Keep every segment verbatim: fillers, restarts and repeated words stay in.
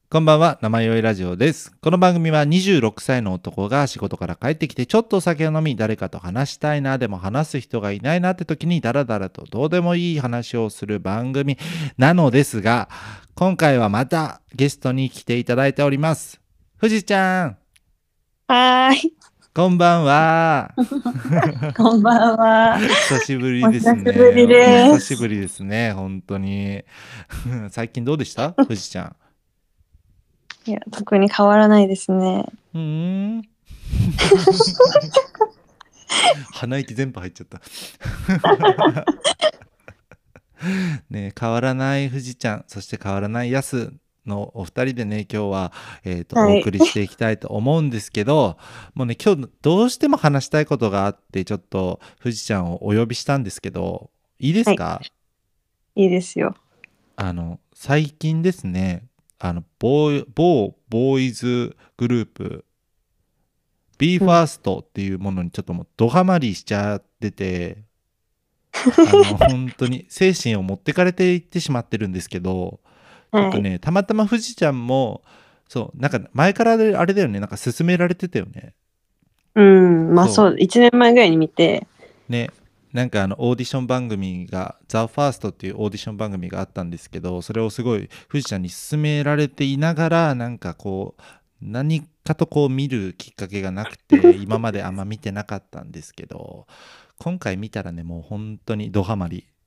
こんばんは、生酔いラジオです。この番組はにじゅうろくさいの男が仕事から帰ってきてちょっとお酒を飲み誰かと話したいな、でも話す人がいないなって時にダラダラとどうでもいい話をする番組なのですが、今回はまたゲストに来ていただいております。富士ちゃん、 はーい。 こんばんは。 こんばんは。 久しぶりおです久しぶりね。おです。 久しぶりですね、本当に。最近どうでした富士ちゃん。 いや、特に変わらないですね。 うーん。鼻息全部入っちゃった。ね、変わらない富士ちゃん、そして変わらないやすのお二人でね、今日は、えーと、 はい。 お送りしていきたいと思うんですけど、もうね、今日どうしても話したいことがあって、ちょっと富士ちゃんをお呼びしたんですけど、いいではい。 すか？ いいですよ。 あの、最近ですね、あの、某、某ボーイズグループ、 うん。 BE:ＦIRST っていうものにちょっともうドハマりしちゃってて、あの、本当に精神を持ってかれていってしまってるんですけど、ちょっはい。 とね、たまたま富士ちゃんも、そう、なんか前からあれあれだよね、なんか勧められてたよね。 うん。まあそそう、いちねんまえぐらいに見て、 う。ね。なんかあのオーディション番組が、ザ・ファーストっていうオーディション番組があったんですけど、それをすごい富士ちゃんに勧められていながら、なんかこう、何かとこう見るきっかけがなくて、今まであんま見てなかったんですけど、今回見たらね、もう本当にドハマり。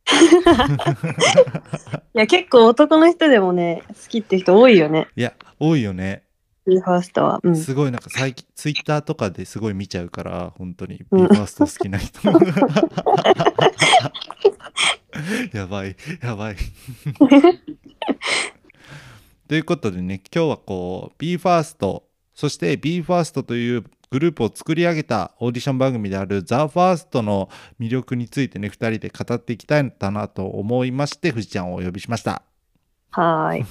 いや、結構男の人でもね、好きって人多いよね。 いや、多いよね。 ビーファーストは。うん。 すごいなんか最近ツイッターとかですごい見ちゃうから、本当にうん。 BE:FIRST 好きな人。やばいやばい。ということでね、今日はこう BE:FIRST、そして BE:FIRST というグループを作り上げたオーディション番組である ザ・ファーストの魅力についてね、ふたりで語っていきたいなと思いまして、富士ちゃんをお呼びしました。 はーい。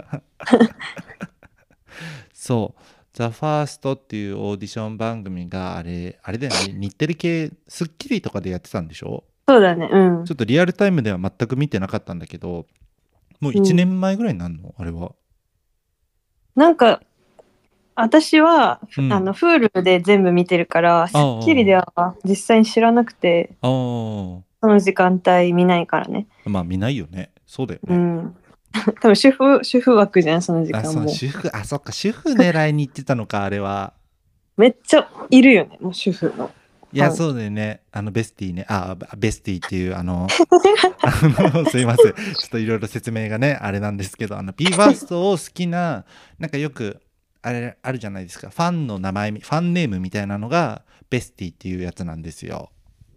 そう、ザ・ファーストっていうオーディション番組があれ、あれだよね、日テレ系、スッキリとかでやってたんでしょ？ そうだね。うん。 ちょっとリアルタイムでは全く見てなかったんだけど、もう1 うん。 年前ぐらいになるのあれは。 なんか、私は、 うん。 あの、Hulu で全部見てるから、 あスッキリでは実際に知らなくて、 あ、あその時間帯見ないからね。 あ、まあ見ないよね。そうだよね。 うん。多分主婦、主婦枠じゃん、その時あ、そう、 間も。 主婦、あ、そっか、主婦狙いに行ってたのか、あれは。 めっちゃいるよね、もう主婦のいや、 ファン。 そうだよね。あの、ベスティね。あ、ベスティっていう、あの、あの、すいません。ちょっといろいろ説明がね、あれなんですけど、あの、BE:FIRST を好きな、なんかよく、あれ、あるじゃないですか。ファンの名前、ファンネームみたいなのが、ベスティっていうやつなんですよ。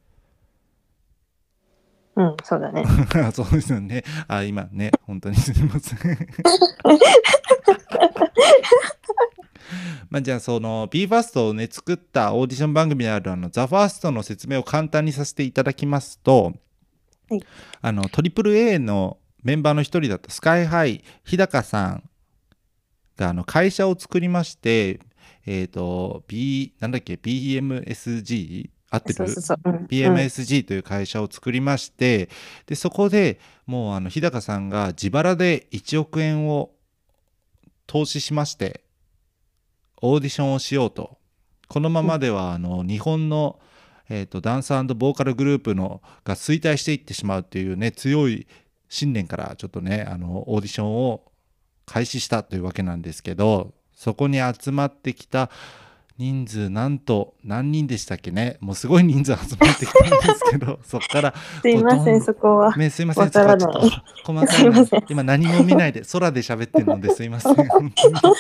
うん、そうだね。 そうですよね。あ、今ね、本当にすみません。まあ、じゃあ、その BE:FIRST をね、作ったオーディション番組であるあの ザ・ファーストの説明を簡単にさせていただきますと、 はい。 あの トリプルエー のメンバーの一人だったスカイハイ日高さんがあの会社を作りまして、えっ、と B なんだっけ ビーエムエスジー 合ってる？ そうそうそう。うん、うん、 ビーエムエスジー という会社を作りまして、でそこでもうあの日高さんが自腹でいちおくえんを投資しまして、オーディションをしようと。このまうん。 まではあの日本の、えーと、ダンスボーカルグループのが衰退していってしまうっていうね、強い信念からちょっとね、あのオーディションを開始したというわけなんですけど、そこに集まってきた人数、なんと何人でしたっけね、もうすごい人数集まってきたんですけど、そこからすいません、 こうどんどん、 そこは。 ね、すいません、そわかこはちょっとらない。 細かいので、 すいません。 今何も見ないで空で喋ってるのですいません、本当に。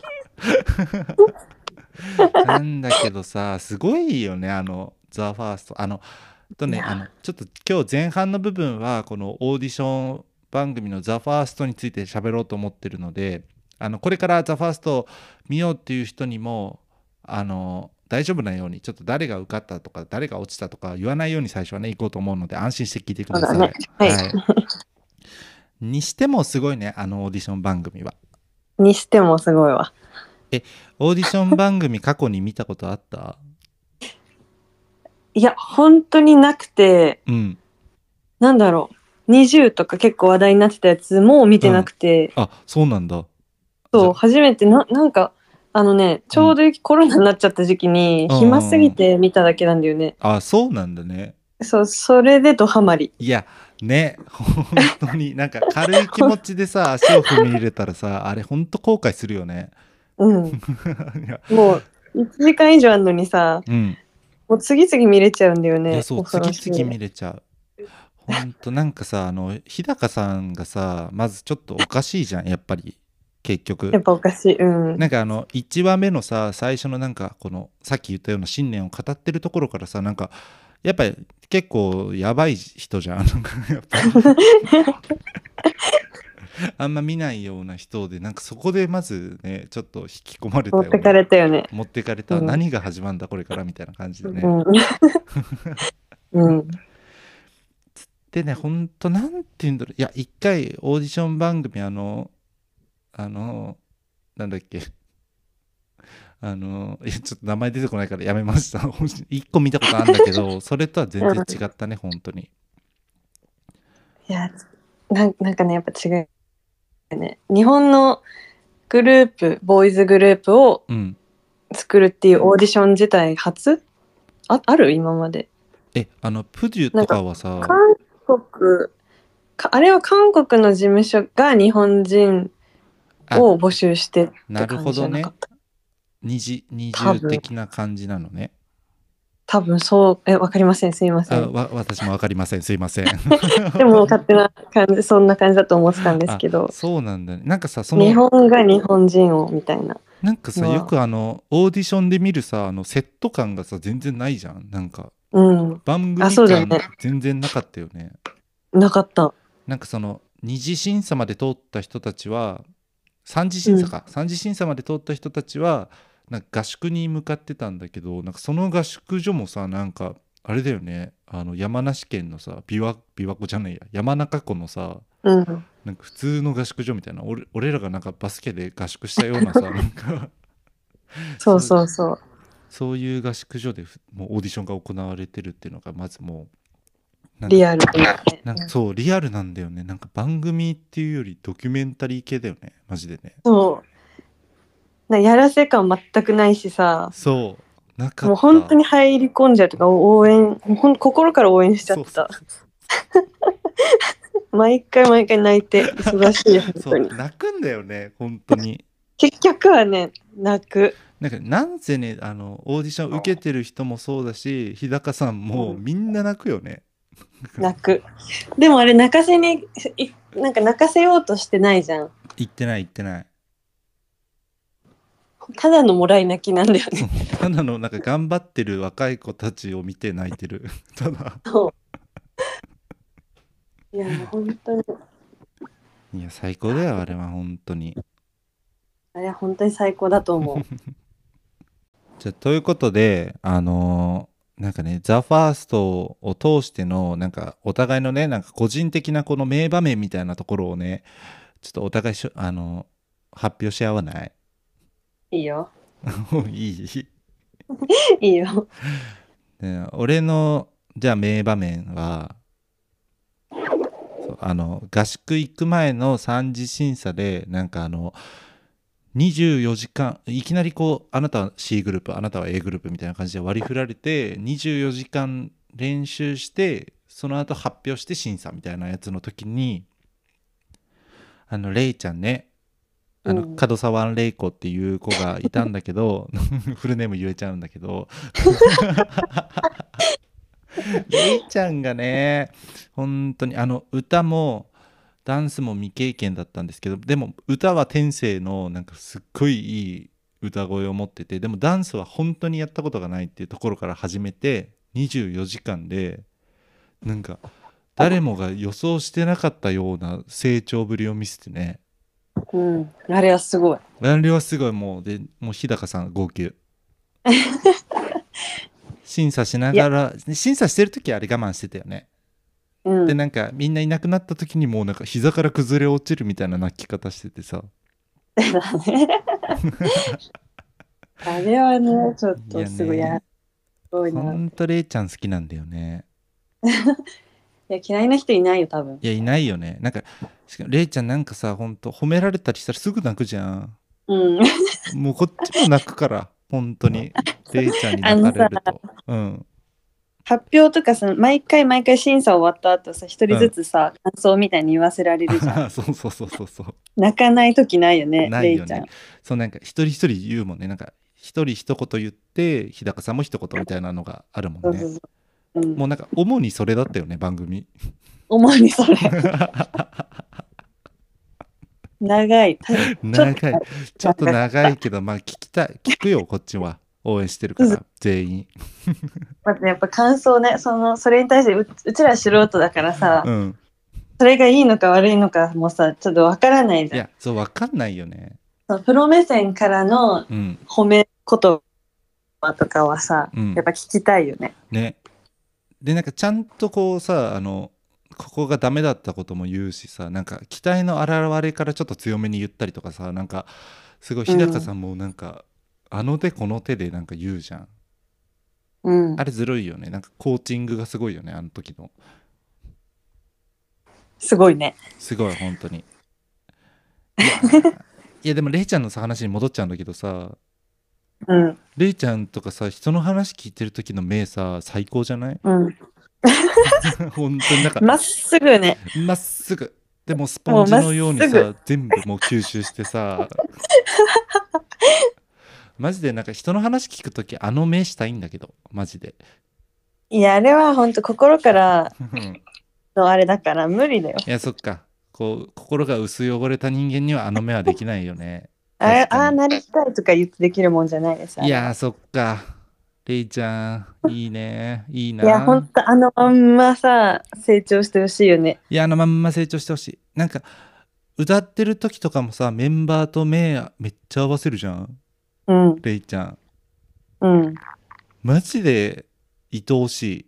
なんだけどさ、すごいよね、あの、ザ・ファースト。あの、とね、あいや、 の、ちょっと今日前半の部分は、このオーディション番組のザ・ファーストについて喋ろうと思ってるので、あの、これからザ・ファーストを見ようっていう人にも、あの、大丈夫なように、ちょっと誰が受かったとか、誰が落ちたとか言わないように最初はね、行こうと思うので、安心して聞いてくそうだね。 ださい。 はい。 はい。にしてもすごいね、あのオーディション番組は。 にしてもすごいわ。 え、オーディション番組過去に見たことあった？ いや、本当になくて、 うん。 なんだろう。にじゅうとか結構話題になってたやつも見てなうん。 くて、 あ、そうなんだ。 そう、初めてな、なんか、あのね、ちょうどコロナになっちゃった時期に、 うん暇すぎて見ただけなんだよね。 あ、そうなんだね。 そう、それでドハマり。 いや、ね、本当になんか軽い気持ちでさ、足を踏み入れたらさ、あれ本当後悔するよね。 うん。 いや、 もう、いちじかん以上あるのにさ、 うん。 もう次々見れちゃうんだよいや、 ね。 そう、 恐ろ次々 しい。 見れちゃう。ほんと、なんかさ、あの、日高さんがさ、まずちょっとおかしいじゃん、やっぱり、結やっ局。 ぱおかしい。うん。 なんかあの、いちわめのさ、最初のなんか、この、さっき言ったような信念を語ってるところからさ、なんか、やっぱり結構やばい人じゃん。なんかやっぱあんま見ないような人で、なんかそこでまずね、ちょっと引き込まれたよ持ってかね。 れたよね。 持ってかれた。 うん。 何が始まるんだこれからみたいな感じでね。 うん。うん。 でね、ほんと、なんて言うんだろう。いや、一回オーディション番組、あの、あの、なんだっけ。あの、いや、ちょっと名前出てこないからやめました。一個見たことあるんだけど、それとは全然違ったね、本当に。 いや、なんなんかね、やっぱ違うよね。日本のグループ、ボーイズグループをうん。 作るっていうオーディション自体初あある今まで。 え、あの、プデュとなんかかはさ、 韓国か、あれは韓国の事務所が日本人あ、 を募集してってなる感ほどね。 じじゃなかった。 二次、二重多分、 的な感じなのね。 多分そう、え、わかりません。すいませあ、 ん。 わ、私もわかりません。すいません。 でも勝手な感じ、そんな感じだと思ってたんですあ、 けど、 そうなんだね。なんかさ、そ日の、 本が日本人をみたいななんかさ、よのは、 くあの、オーディションで見るさ、あの、セット感がさ、全然ないじゃん。なんか、 うん。 番あ、 組感そうだよね。 全然なかったよね。 なかった。 なんかその、二次審査まで通った人たちは、三次うん。 審査か。三次審査まで通った人たちは、なんか合宿に向かってたんだけど、なんかその合宿所もさ、なんか、あれだよね。あの、山梨県のさ、琵琶、琵琶湖じゃないや、山中湖のさ、 うん。 なんか普通の合宿所みたいな、俺俺らがなんかバスケで合宿したようなさ、なんかそうそうそうそう。 そういう合宿所でふもうオーディションが行われてるっていうのがまずもうなんかリアルでね。 なんかそうリアルなんだよね。なんか番組っていうよりドキュメンタリー系だよね、マジでね。 そう。なやらせ感全くないしさ、 そうなかもうった本当に入り込んじゃうとか、応援、ほん心から応援しちゃそうそうってた。 そう毎回毎回泣いて、忙しい、本そ当に。 う泣くんだよね本当に。 結局はね、泣く。 なんかなんせねあのオーディション受けてる人もそうだし日高さんもみんな泣くよね。 泣く。でもあれ泣かせに、いなんか泣かせようとしてないじゃん。 言ってない言ってない。 ただのもらい泣きなんだよね。 ただのなんか頑張ってる若い子たちを見て泣いてる。ただそういや、もう本当に。 いや最高だよあれは本当に。 あれは本当に最高だと思う。 じゃあということであのーなんかね「ザ・ファーストを通してのなんかお互いのねなんか個人的なこの名場面みたいなところをねちょっとお互いしょあの発表し合わない？ いいよ。 いいいいよ。 で俺のじゃあ名場面はそうあの合宿行く前の三次審査でなんかあのにじゅうよじかんいきなりこうあなたは C グループあなたは A グループみたいな感じで割り振られてにじゅうよじかん練習してその後発表して審査みたいなやつの時にあのレイちゃんねあのうん門沢レイ子っていう子がいたんだけどフルネーム言えちゃうんだけどレイちゃんがね本当にあの歌もダンスも未経験だったんですけどでも歌は天性のなんかすっごいいい歌声を持っててでもダンスは本当にやったことがないっていうところから始めてにじゅうよじかんでなんか誰もが予想してなかったような成長ぶりを見せてねうん。あれはすごい。 あれはすごいもうでもう日高さん号泣審査しないや、 がら審査してる時はあれ我慢してたよね。 うん。 でなんかみんないなくなった時にもうなんか膝から崩れ落ちるみたいな泣き方しててさだね。あれはね、ちょっいやとすごいや、 ねすごいほな。 んとレイちゃん好きなんだよね。 いや、嫌いな人いないよ、多分。 いやいないよね。なんかしかもレイちゃんなんかさほんと褒められたりしたらすぐ泣くじゃん。 うん。 もうこっちも泣くから本当にレイちゃんに泣かあのさ、 れると。うん発表とかさ、毎回毎回審査終わった後さ、一人ずうん。 つさ、感想みたいに言わせられるじゃん。 そうそうそうそうそう。 泣かない時ないよね、 ないよね。 レイちゃん。 そうなんか一人一人言うもんね。なんか一人一言言って日高さんも一言みたいなのがあるもんね。 そうそうそう。うん。 もうなんか主にそれだったよね番組。 主にそれ。長い。たちょっと長い。ちょっと長い。 長いけどまあ聞きたい聞くよこっちは。応援してるから全員。 まずやっぱ感想ね、その、それに対してう、うちら素人だからさ、 うん。 それがいいのか悪いのかもさ、ちょっとわからないじゃん。 いやそうわかんないよね。 そのプロ目線からのうん褒め言葉とかはさ、 うんやっぱ聞きたいよね。 ね。でなんかちゃんとこうさあのここがダメだったことも言うしさなんか期待の表れからちょっと強めに言ったりとかさなんかすごい日高さんもなんか、あの手この手でなんか言うじゃん。 うん。 あれずるいよね。なんかコーチングがすごいよねあの時の。 すごいね。 すごい本当に。いやーいやでもレイちゃんのさ話に戻っちゃうんだけどさうん。 レイちゃんとかさ人の話聞いてる時の目さ最高じゃない？ うん。 本当になんかまっすぐね。 まっすぐでもスポもうまっンジのようにすぐ。 さ全部もう吸収してさマジでなんか人の話聞くときあの目したいんだけどマジで。 いや、あれは本当心からうんのあれだから無理だよ。 いやそっかこう心が薄汚れた人間にはあの目はできないよね。 あれ、 確かに。 ああなりたいとか言ってできるもんじゃないです、あれは。 いやーそっかレイちゃんいいねいいいや、本な。 当あのまんまさ、成長してほしいよね。 いやあのまんま成長してほしい。なんか歌ってる時とかもさメンバーと目めっちゃ合わせるじゃんうん。 レイちゃん。 うん。 マジで愛おしい。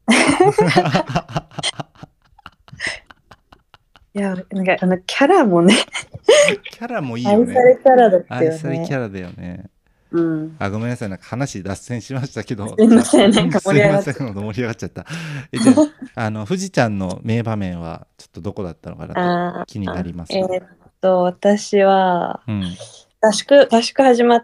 いや、なんかあのキャラもね、 キャラもいいよ愛ね。 されキャラだった愛よね。 されキャラだよね。 うん。 あ、ごめんなさい。なんか話脱線しましたけど、 すいじゃません、なんあ、 かすいません。 盛り上がっちゃっ盛り上がっちゃった。え、じゃあ、あの、富士ちゃんの名場面は、ちょっとどこだったのかなた。 とあ気になりまーえす。 ーっと、私は、 うん、 合宿、合宿始まって、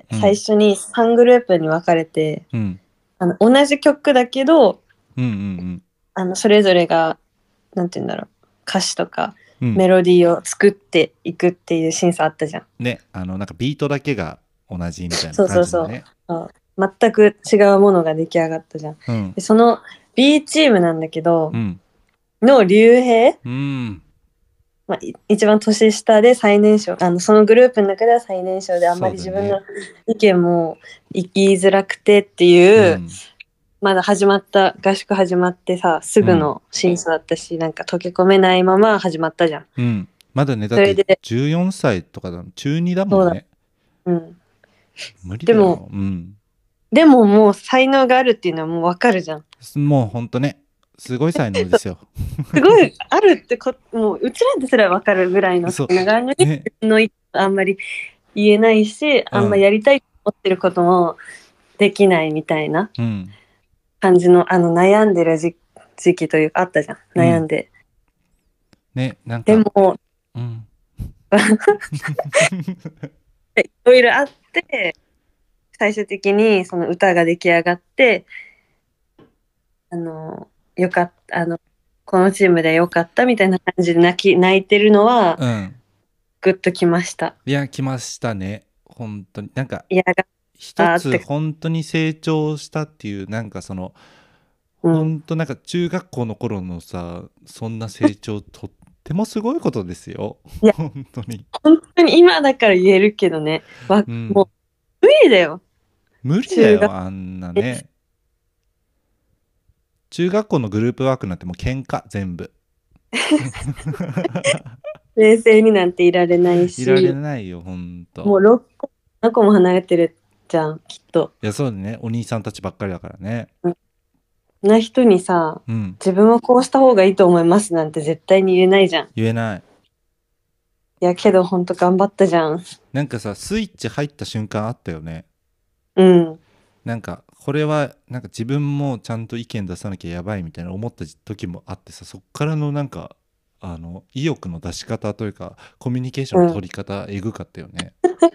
うん、 最初にさんグループに分かれて、 うん、 あの同じ曲だけど、 うん、うん、 あのそれぞれが、なんて言うんだろう、歌詞とかうん。うんメロディーを作っていくっていう審査あったじゃん。 ね、あの、なんかビートだけが同じみたいなそうそうそう。 感じのね。 そう全く違うものが出来上がったじゃん。 うん、 でその B チームなんだけど、 うん、 の竜兵、 うん、 まあ、い一番年下で最年少、あのそのグループの中では最年少であんまり自分のそう意見も言いづらくてってだいう、 ね。 まだ始まった合宿始まってさすぐの審査だったし、なんか溶け込めないまま始まったじゃん。 うん、うん。まだね、だってそれでじゅうよんさいとかだ、中にだそうだ、 もんね。 うん、 無理でもだよ。うん。 でももう才能があるっていうのはもうわかるじゃん。 もうほんとね、すごい才能ですよ。 すごいあるってこ、もううちらですらわかるぐらいのそう。 才能があるのに、 ね。 自分の意見あんまり言えないし、あんまうん。 やりたいと思ってることもできないみたいなうん。 感じの、あの悩んでる時時期というかあったじゃん。悩んで。 ね、なんか、 でも、 うん。 いろいろあって、最終的にその歌が出来上がって、あの、よかった、あの、このチームでよかったみたいな感じで泣き、泣いてるのは、 うん。 グッときました。 いや、来ましたね。本当に。なんか、 いやがっ一つたって、 本当に成長したっていう、なんかその、 うん、 本当なんか中学校の頃のさ、そんな成長、とってもすごいことですよ。 いや、 本当に。 本当に今だから言えるけどね、わうん。 もう無理だよ。 無理だよ、 中学あんなね。中学校のグループワークなんてもう喧嘩、全部。 冷静になんていられないいられし、 ないよ、ほんと。 もうろっこ、ななこも離れてるじゃん、きっと。 いや、そうだね。お兄さんたちばっかりだからね。 な人にさ、 うん。 自分はこうした方がいいと思いますなんて絶対に言えないじゃん。い言えない。 やけどほんと頑張ったじゃん。 なんかさ、スイッチ入った瞬間あったよね。 うん。 なんか、これは、なんか自分もちゃんと意見出さなきゃやばいみたいな思った時もあってさ、そっからのなんか、あの、意欲の出し方というか、コミュニケーションの取り方、えぐかったよね。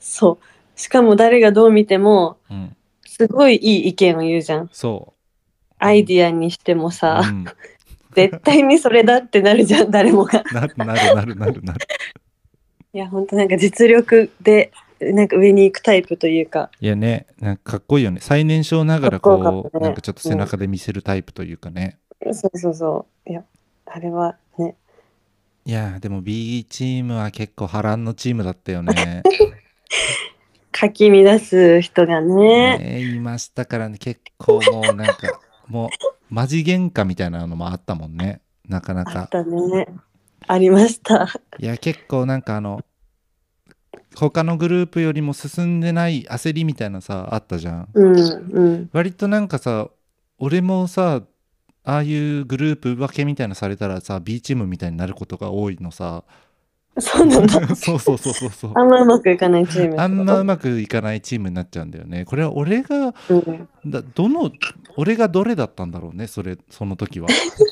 そうしかも誰がどう見てもうんすごいいい意見を言うじゃん。 そアイディアにしてもう、うさ、 ん、 絶対にそれだってなるじゃん誰もが。 なるなるなるなるなる。 いやほんとなんか実力でなんか上に行くタイプというか。 いやね、なんかかっこいいよね。最年少ながらかっこよかっこう、 たねなんかちょっと背中で見せるタイプというかね。 そうそうそういやあれはねいやーでも B チームは結構波乱のチームだったよね。 かき乱す人がねねえ、いましたからね。結構もうなんか、もうマジ喧嘩みたいなのもあったもんね。なかなか。 あったねありましたいや、結構なんかあの、他のグループよりも進んでない焦りみたいなさ、あったじゃん。 うんうん割となんかさ、俺もさ、ああいうグループ分けみたいなされたらさ、B チームみたいになることが多いのさ。 そうなんだそうそうそうそうそう。 あんまうまくいかないチームってことあんまうまくいかないチームになっちゃうんだよね。これは俺が、 うんだどの、俺がどれだったんだろうね、それ、その時は。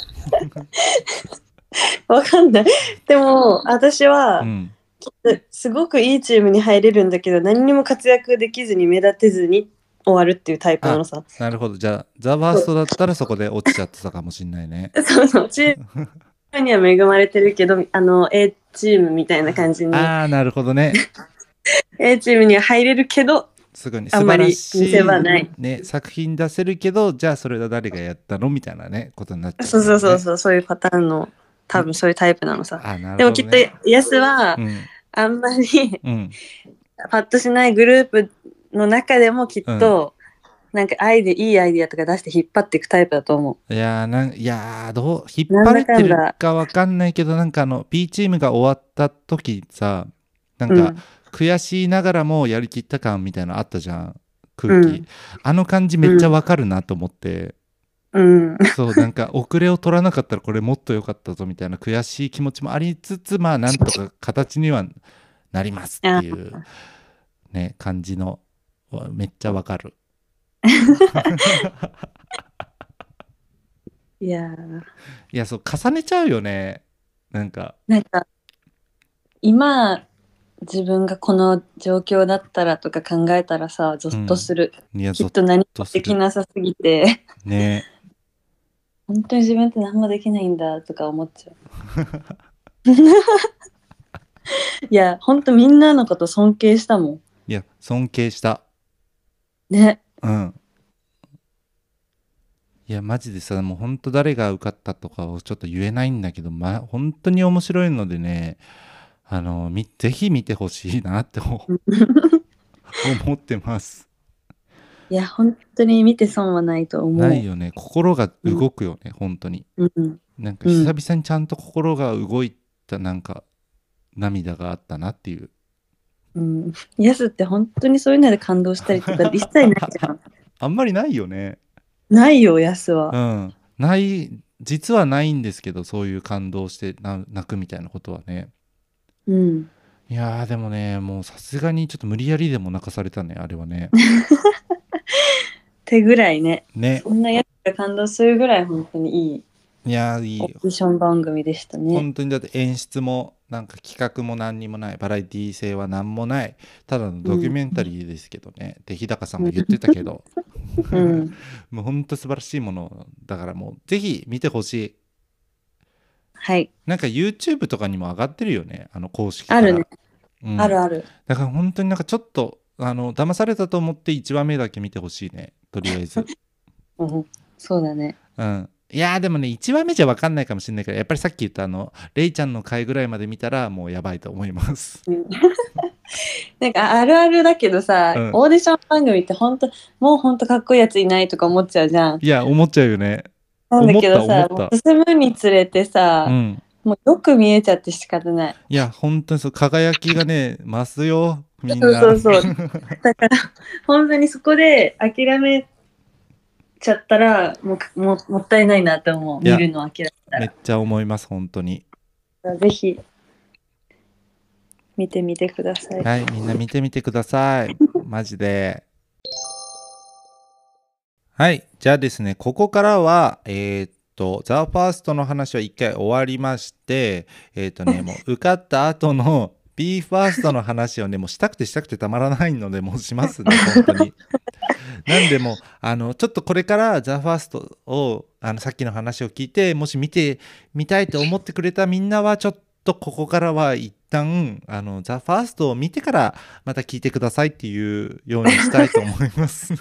わかんないでも私は、 うん。 すごくいいチームに入れるんだけど何にも活躍できずに目立てずに終わるっていうタイプなのさ。 なるほど。じゃあ、ザ・ワーストだったらそこで落ちちゃってたかもしんないね。 そうそうチームには恵まれてるけどあの A チームみたいな感じにああ、なるほどね。 A チームには入れるけどすぐに素晴あんまりらしい見せ場ない。 ね、作品出せるけど、じゃあそれは誰がやったのみたいなね、ことになっちゃう、ね。 そうそうそうそうそういうパターンの多分そういうタイプなのさ。 あなでもきっとるほどね。 ヤスはうん。 あんまりうん。 パッとしないグループの中でもきっと、なんかアイデいいアイディアとか出して引っ張っていくタイプだと思いやーなんいやーどう引っなんだ張れてるかんだかわかんないけど、なんかあの B チームが終わった時さ、なんう。 かん悔しいながらもやりきった感みたいなのあったじゃん、空気。 うんあの感じめっちゃわかるなと思って、 うんそうなんか遅れを取らなかったらこれもっと良かったぞみたいな悔しい気持ちもありつつ、まあなんとか形にはなりますっていうね感じのわめっちゃわかる。 いやーいやそう重ねちゃうよね、なんか。 なんか今自分がこの状況だったらとか考えたらさゾッとする、 いやきっと何もできゾッとするなさすぎてね。 本当に自分って何もできないんだとか思っちゃう。いや本当みんなのこと尊敬したもんいや尊敬した。 ね。 うん。いやマジでさ、もう本当誰が受かったとかをちょっと言えないんだけど、ま本当に面白いのでね、あのみぜひ見てほしいなって思思ってます。 いや本当に見て損はないと思う。 ないよね、心が動くよね、本当に。 うんなんか久々にちゃんと心が動いた、なんか涙があったなっていう。 うん、ヤスって本当にそういうので感動したりとか一切ないじゃん。 あんまりないよね。 ないよヤスうは。 ん。ない、実はないんですけど、そういう感動してな泣くみたいなことはね。 うん。 いやーでもね、もうさすがにちょっと無理やりでも泣かされたね、あれはね。 手ぐらいね。 ね。 そんなヤスが感動するぐらい本当にいいいやーいい。 オーディション番組でしたね。 本当にだって演出もなんか企画も何にもない、バラエティー性は何もない、ただのドキュメンタリーですけどね、で日高さんも言ってたけど、 うん。 もう本当素晴らしいものだから、もうぜひ見てほしい。 はい。 なんか YouTube とかにも上がってるよね、あの公式から。 あるね。 うん、 あるある。 だから本当になんかちょっとあの騙されたと思っていちわめだけ見てほしいね、とりあえず。 うん。そうだね。 うん。いやーでもね、いちわめじゃ分かんないかもしれないけど、やっぱりさっき言ったあのレイちゃんの回ぐらいまで見たらもうやばいと思います。 うんなんかあるあるだけどさ、 うんオーディション番組って本当もう本当かっこいいやついないとか思っちゃうじゃん。 いや思っちゃうよね。 なんだけどさ、 思った思った。 もう進むにつれてさ、 うん。 もうよく見えちゃって仕方ない。 いや本当にそう、輝きがね増すよみんな。 そうそうそう。だから本当にそこで諦めちゃったらもうももったいないなと思う。見いやるの諦めためっちゃ思います本当に。 ら。ぜひ見てみてください。 はい、みんな見てみてください。マジで。はい、じゃあですね、ここからは、えーっと、ザ・ファーストの話は一回終わりまして、えーっとね、もう受かった後のビーファーストの話をねもうしたくてしたくてたまらないのでもうしますね本当に。なんでもうあのちょっとこれからザ・ファーストをあのさっきの話を聞いてもし見てみたいと思ってくれたみんなはちょっとここからは一旦あのザ・ファーストを見てからまた聞いてくださいっていうようにしたいと思います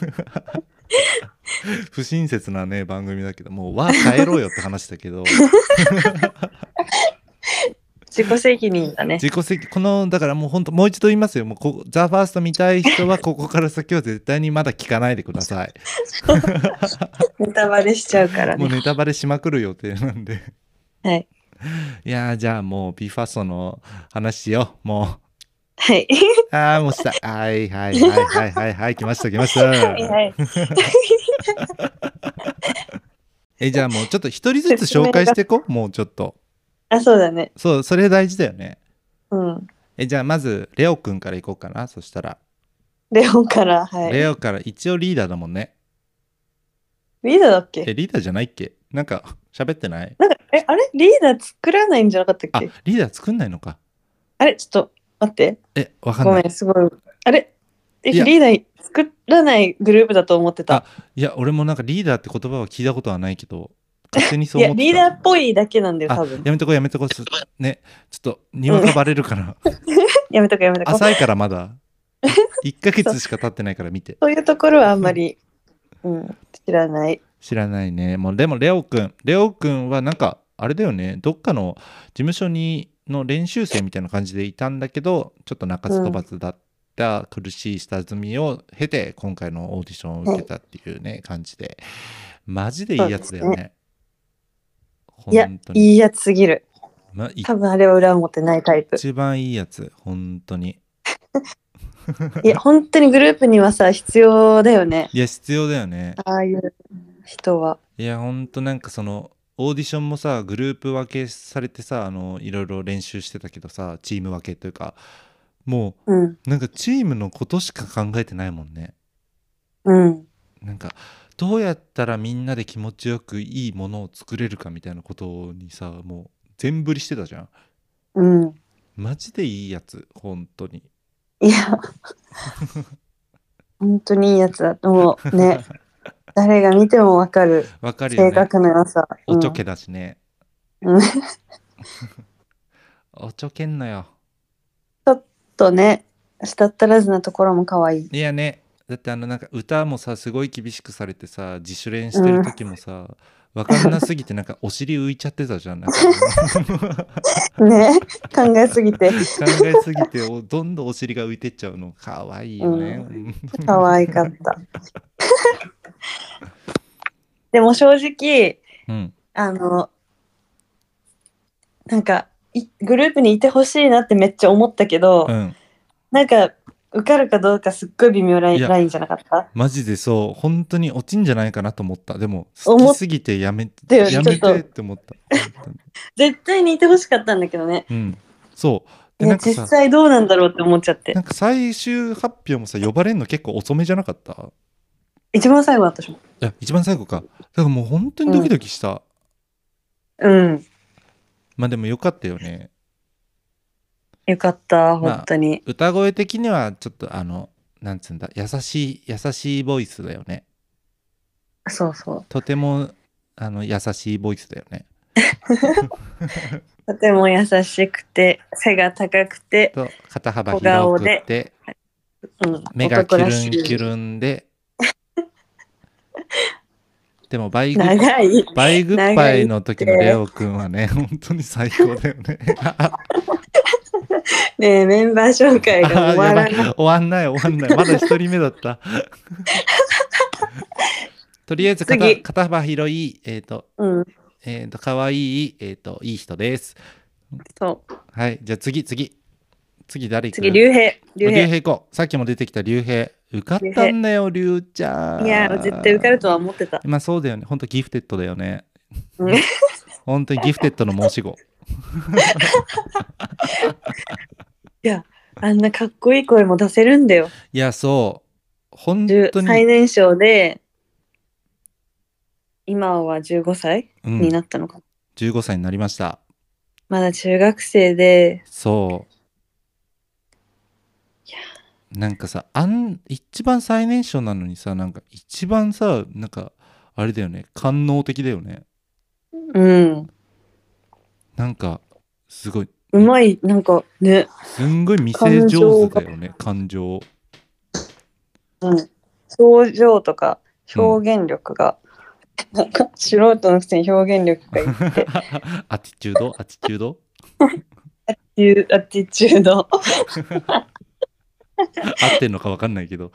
不親切なね番組だけどもうは帰ろうよって話だけど自己責任だね。 自己責このだからもう本当もう一度言いますよ。もうこザ・ファースト見たい人はここから先は絶対にまだ聞かないでください。 ネタバレしちゃうからね。 もうネタバレしまくる予定なんで。 はい。 いやーじゃあもう ビーファーストの話しよう。もう。 はい。 ああもうしたい。はいはいはいはいはいはい来ました来ました。 はいはい。 えじゃあもうちょっと一人ずつ紹介していこう。もうちょっと。 あ、そうだね。 そうそれ大事だよね。 うん。 えじゃあまずレオくんからいこうかな。そしたら。 レオンから、はい。 レオから一応リーダーだもんね。 リーダーだっけ？ えリーダーじゃないっけ？なんか喋ってない？ なんか、え、あれリーダー作らないんじゃなかったっあけ？ リーダー作んないのか。 あれちょっと待って。 えわかんない。 ごめん、すごい。あれえ、 いやリーダー作らないグループだと思ってた。 あいや俺もなんかリーダーって言葉は聞いたことはないけど勝手にそいうや、 思ってた。 リーダーっぽいだけなんだよ、 あ多分。 やめとこうやめとこうすねちょっとにわかバレるから、 やめとこやめとこ。 浅いからまだいっかげつしか経ってないから見て。 そういうところはあんまり、うん、知らない。 知らないね。もうでもレオくんレオくんはなんかあれだよねどっかの事務所にの練習生みたいな感じでいたんだけどちょっと鳴かず飛ばずだった苦しい下積みを経て今回のオーディションを受けたっていうね、感じでマジでいいやつだよね。 いや、 本当にいいやつすぎる。 ま、 多分あれは裏表ないタイプ。 一番いいやつ本当にいや、本当にグループにはさ、必要だよね。 いや必要だよね。 ああいう人は。 いやほんとなんかそのオーディションもさグループ分けされてさあのいろいろ練習してたけどさチーム分けというかもうん。 うなんかチームのことしか考えてないもんね。 うん。 なんかどうやったらみんなで気持ちよくいいものを作れるかみたいなことにさもう全振りしてたじゃん。 うん。 マジでいいやつ本当に。 いや、本当にいいやつだと思う。ね。誰が見てもわかる。 わかるよね。 性格の良さ。 おちょけだしね。 うん。 おちょけんなよ。 ちょっとね、したったらずなところも可愛い。 いやねだってあのなんか歌もさすごい厳しくされてさ自主練してる時もさ、うん、分かんなすぎてなんかお尻浮いちゃってたじゃん。なんかね考えすぎて考えすぎておどんどんお尻が浮いてっちゃうのかわいいよね。 うん、かわいかったでも正直、うん、あのなんかグループにいてほしいなってめっちゃ思ったけど、うん、なんか受かるかどうかすっごい微妙ライン、ラインじゃなかった？ マジでそう本当に落ちんじゃないかなと思った。でも好きすぎてやめてやめてって思った。 絶対にいてほしかったんだけどね。 うん、そうでなんか実際どうなんだろうって思っちゃって。 なんか最終発表もさ呼ばれるの結構遅めじゃなかった？ 一番最後だったしも。いや一番最後か。だからもう本当にドキドキした。 うん。うん、 まあでもよかったよね。 よかった本当に、 まあ、歌声的にはちょっとあのなんつうんだ優しい優しいボイスだよね。 そうそう。 とてもあの優しいボイスだよね。 とても優しくて背が高くてと肩幅広くて、うん、目がキュルンキュルンででもバイグッバイグッバイの時のレオくんはね本当に最高だよね。 ねえメンバー紹介が終わらない。 終わんない終わんないまだ一人目だった。とりあえず 肩, 肩幅広いえっ、ー、と、うん、えっ、ー、と可愛いえっ、ー、といい人です。 そうはいじゃあ次次次誰行く？ 次竜兵竜兵行こう。さっきも出てきた竜兵受かったんだよ竜ちゃん。 いや絶対受かるとは思ってた。 まあそうだよね本当ギフテッドだよね。本当にギフテッドの申し子。 いやあんなかっこいい声も出せるんだよ。 いやそう本当に最年少で今はじゅうごさいになったのか、うん、 じゅうごさいになりました。 まだ中学生でそうなんかさ、あん一番最年少なのにさ、なんか一番さ、なんかあれだよね、官能的だよね。 うん。 なんかすごい、 うまい、なんかね、 すんごい見せ感上手情が、 だよね、感情。 うん、表情とかうん。 表現力が、なんか素人のくせに表現力がいいって、 アティチュードアティチュードいうアティチュード。 合ってんのか分かんないけど。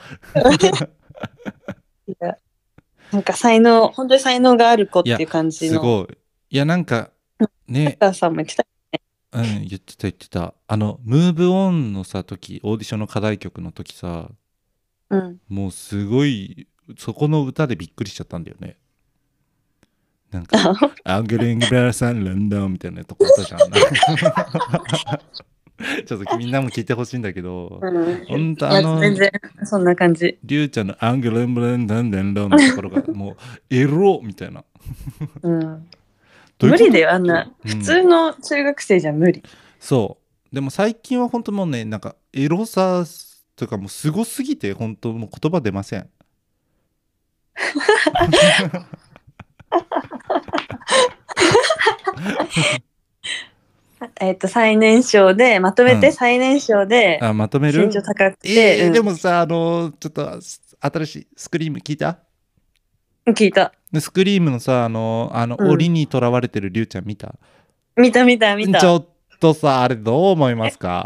いや、なんか才能、本当に才能がある子っいや、 ていう感じの、 すごい。いや、なんかね、 高橋さんも言ってた。 うん、言ってた言ってた。あの、ムーブオンのさ、時、オーディションの課題曲の時さ、 うん。 もうすごい、そこの歌でびっくりしちゃったんだよね。なんか、アングリングブラさん、ランドンみたいなとこあったじゃん。なんかちょっとみんなも聞いてほしいんだけど、 うん。 ほんといや、 あの、 全然、そんな感じ。 りゅうちゃんのアングリングブランドン、ランドンのところが、もう、エロみたいな。 うん。 どういうことっ無理だよ、あんて。 な。普うん。 通の中学生じゃ無理。 そう。でも最近は本当もうね、なんか、エロさとかもうすごすぎて、本当もう言葉出ません。 えっと、最年少で、まとめてうん。 最年少で、 あ、まとめ身る。 長高くて、 えー、でもさ、あのーちょっと、新しいスクリーム聞いた。 うん。聞いた。 でスクリームのさ、あのーあの、 うん。 檻にとらわれてるりゅうちゃん見た。 見た見た見た。 ちょっとさ、あれどう思いますか？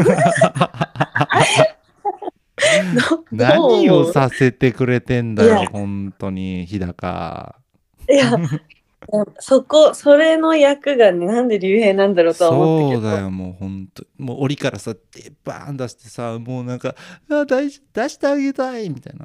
ど、どう何を思う？ させてくれてんいや、 だよ、本当に、日高。 いや、そこ、それの役がね、なんで竜兵なんだろうとは思ったけど。 そうだよ、もう本当もう檻からさ、でバーン出してさ、もうなんか、あ出し出してあげたいみたいな。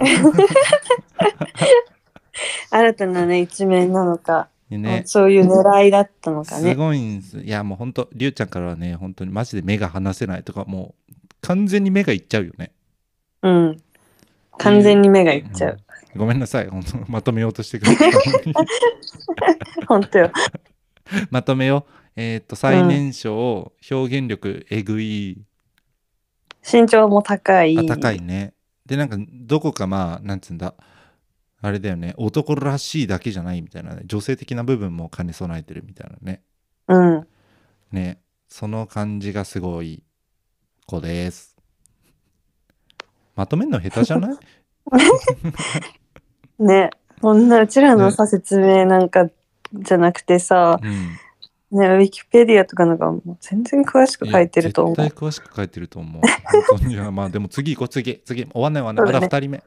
新たなね、一面なのか、 でね、 そういう狙いだったのかすね。 ごいんです。いや、もう本当、りゅうちゃんからはね、本当にマジで目が離せないとか、もう完全に目がいっちゃうよね。 うん。 っていう、 完全に目がいっちゃう。 うん、ごめんなさい、本当まとめようとしてくれたのに。 本当よ。 まとめよう。えっ、と、 うん。 最年少、表現力えぐい、 身長も高あ、高いい。 ね。で、なんか、どこかまあ、なんつうんだ、あれだよね、男らしいだけじゃないみたいなね、女性的な部分も兼ね備えてるみたいなね。 うん。 ね、その感じがすごい子です。まとめんの下手じゃない？ ね。こんなうちらのね、 さ、説明なんかじゃなくてさ、 うん。 ね、ウィキペディアとかなんかもう全然詳しくいや、 書いてる絶と思う。 対詳しく書いてると思う。本当に。いや、まあでも次行こう、次、次。終わんない終わんない。まそうだね。 だふたりめ。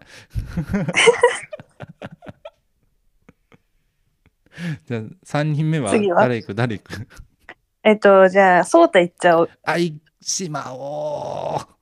じゃあ、さんにんめは次は誰行く誰行く？ えっと、じゃあ、ソータ行っちゃおう。 あいしまおう。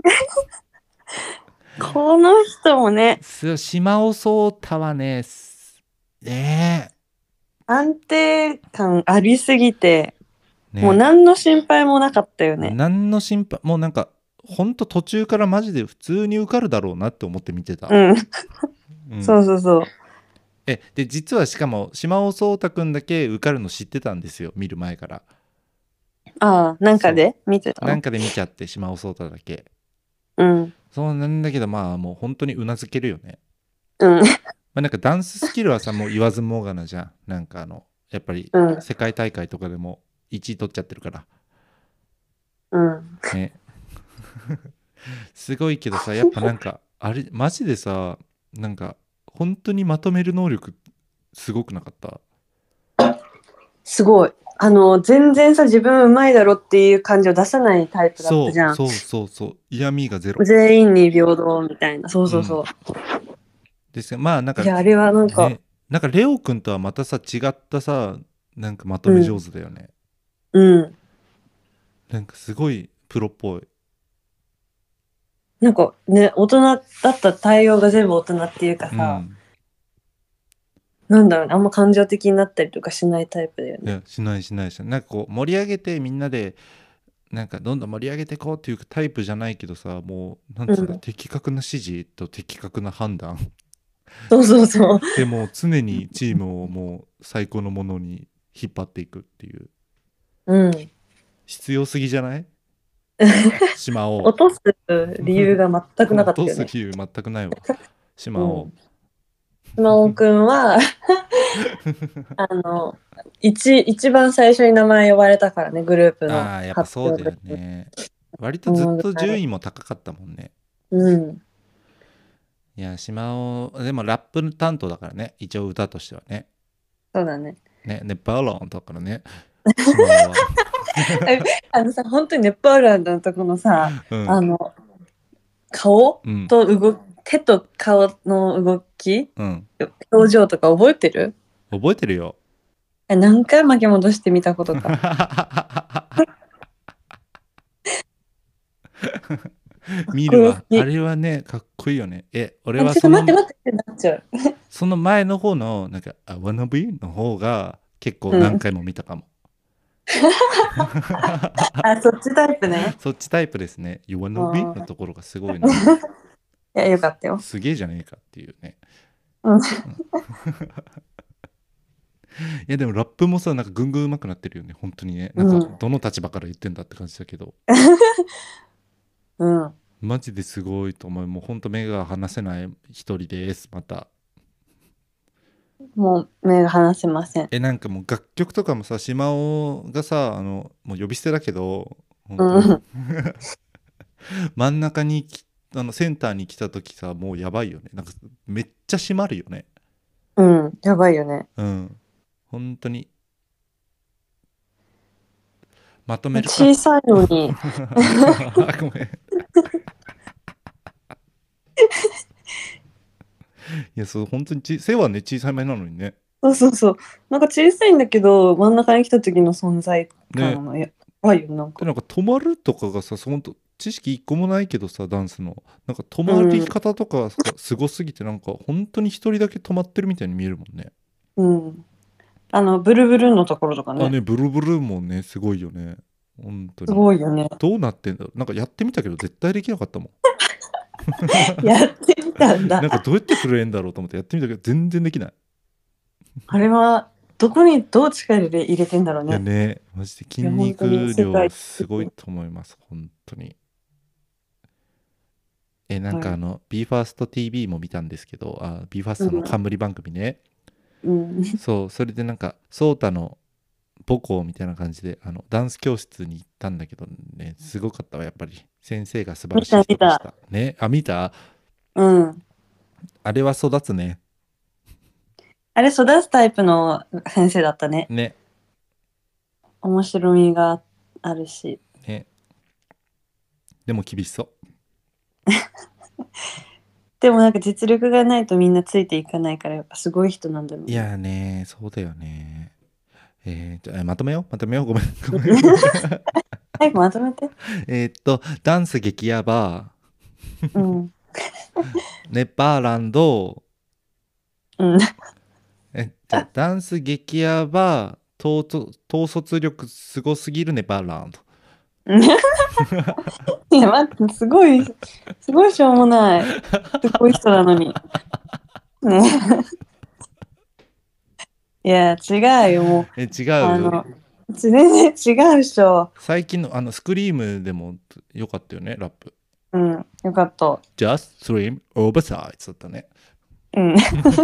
この人もね、 す、島尾壮太はね、すね安定感ありすぎて、 え、 もうね何の心配もなかったよえ、 ね。 何の心配、もうなんか、ほんと途中からマジで普通に受かるだろうなって思って見てた。 うん。 うん。 そうそうそう。 え、で、実はしかも、島尾壮太くんだけ受かるの知ってたんですよ、見る前から。 ああ、なんかそで見てたう。なの？ んかで見ちゃって、島尾壮太だけ。 うん。 そうなんだけど、まあ、もう本当にうなずけるよね。 うん。 まあ、なんかダンススキルはさ、もう言わずもがなじゃん。なんかあの、やっぱりうん。 世界大会とかでもいちい取っちゃってるから。 うん。 ね。すごいけどさ、やっぱなんか、あれ、マジでさ、なんか、本当にまとめる能力、すごくなかった？ すごい。あの、全然さ、自分うまいだろっていう感じを出さないタイプだったじそう、 ゃん。 そうそうそう。嫌味がゼロ。 全員に平等みたいな。そううん。 そうそう。 ですよ。まあ、なんか、 いや、あれはなんか、 ね、なんかレオくんとはまたさ、違ったさ、なんかまとめ上うん。 手だよね。 うん。 なんかすごいプロっぽい。 なんかね、大人だった対応が全部大人っていうかさ、 うん。 なんだろうね、あんま感情的になったりとかしないタイプだよね。 いや、しないしないしない。なんかこう、盛り上げてみんなで、なんかどんどん盛り上げていこうっていうタイプじゃないけどさ、もう、なんつうんだ、 うん。 的確な指示と的確な判断。 そうそうそう。 でもう常にチームをもう最高のものに引っ張っていくっていう。 うん。 必要すぎじゃない？ 島を。 落とす理由が全くなか落とったよね。 す理由全くないわ。島うを。 ん。島尾くんは、あの、一、一番最初に名前呼ばれたからね、グループのああ、やっぱ発そうだよ表の時に。 ね。割とずっそのぐらい。 と順位も高かったもんね。 うん。 いや、島尾、でもラップ担当だからね。一応歌としてはね。 そうだね。 ね、ね、バロンだからね。島尾は。 あのさ、本当にネパーランドのとこのさ、 うん。 あの、顔うん。 と動き、手と顔の動き、 うん。 表情とか覚えてる？ 覚えてるよ。 え、何回巻き戻してみたことか。かっこ見るわ。あよすぎ。 れはね、かっこいいよね。え、俺あ、ちょっとはその、 待って待ってってなっちゃう。 その前の方の、なんか、I wanna be の方が結構うん。 何回も見たかも。 あ、そっちタイプね。 そっちタイプですね。You う wanna be のん。 ところがすごいな。 いや、よかったよ。 すげえじゃねえかっていうね。 うん。 うん、いやでもラップもさ、なんかぐんぐん上手くなってるよね。本当にね。なんかうん。 どの立場から言ってんだって感じだけど。 うん。 マジですごいと思う。もう本当目が離せない一人です。また。 もう目が離せません。 え、なんかもう楽曲とかもさ、島尾がさ、あの、もう呼び捨てだけど、本当うん。 真ん中にき、あのセンターに来た時さ、もうやばいよね。なんかめっちゃ締まるよね。 うん。やばいよね。 うん。本当に。まとめるか。 小さいのに。 ごめん。いや、そう、本当にち背はね、小さめなのにね。 そうそうそう。なんか小さいんだけど、真ん中に来た時の存在ね。 感がやばいよ、なんで、 か。 なんか止まるとかがさ、そほんと知識一個もないけどさ、ダンスの。なんか止うまりん。 方とかさすごすぎて、なんか本当に一人だけ止まってるみたいに見えるもんね。 うん。あの、ブルブルのところとかあ、 ね。 ね、ブルブルもね、すごいよね。本当すに。 ごいよね。 どうなってんだろう。なんかやってみたけど絶対できなかったもん。 やってみたんだ。 なんかどうやって震えんだろうと思ってやってみたけど全然できない。 あれは、どこにどう力入れ入れてんだろういやね。 ね、マジで筋いや、本当に肉量世界すごいと思います。本当に。え、なんはい。 かあの、ビーファースト ティーブイ も見たんですけど、あ、ビーファーストのうん。 冠番組ね。 うん。 そう、それでなんか、ソータの母校みたいな感じで、あの、ダンス教室に行ったんだけどね、すごかったわ、やっぱり。先生が素晴見らしいた見た。 人でした。ね、あ、見た。 うん。 あれは育つね。 あれ、育つタイプの先生だったね。 ね、 面白みがあるし。 ね。でも厳しそでもなんか実力がないとみんなついていかないから、やっぱすごい人なんだろう。いうね。 やーね、そうだよね。えーじゃあ、まとめよう、まとめよう、ごめん、ごめん。 早くまとめて。 えーっと、ダンス激ヤバ、 うん。 ネパーランド、 うん。 え、じゃあ、ダンス激ヤバ、統率統率力すごすぎるネパーランド。 いや、待って、すごい、すごいしょうもない。すごい人なのに。ね。いや、違うよ、もう。 え、違う。 あの、全然違うっしょ。 最近のあのスクリームでもよかったよね、ラップ。 うん、よかった。 Just Stream Oversize だったね。 うん。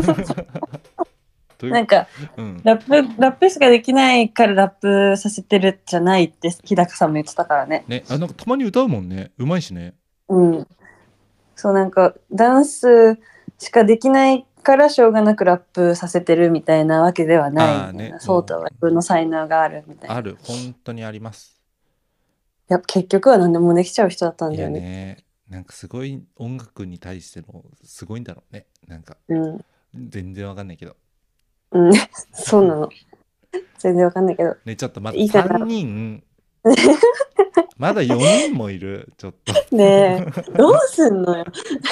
どういう、 なんか、 うん。 ラップ、ラップしかできないからラップさせてるじゃないって日高さんも言ってたからね。 ね、あ、なんかたまに歌うもんね。うまいしね。 うん。そう、なんか、ダンスしかできないからしょうがなくラップさせてるみたいなわけではないああね、 みたいな。そうもう、 とは自分の才能があるみたいな。いある。本当にあります。 や、結局は何でもできちゃう人だったんいやだよね。 ね、なんかすごい音楽に対してのすごいんだろうね。なんか、 うん。 全然わかんないけど。 うん。そうなの。全然わかんないけど。 ね、ちょっとまだ3 いいかな。 人、まだよにんもいる。ちょっと。 ねえ、どうすんのよ。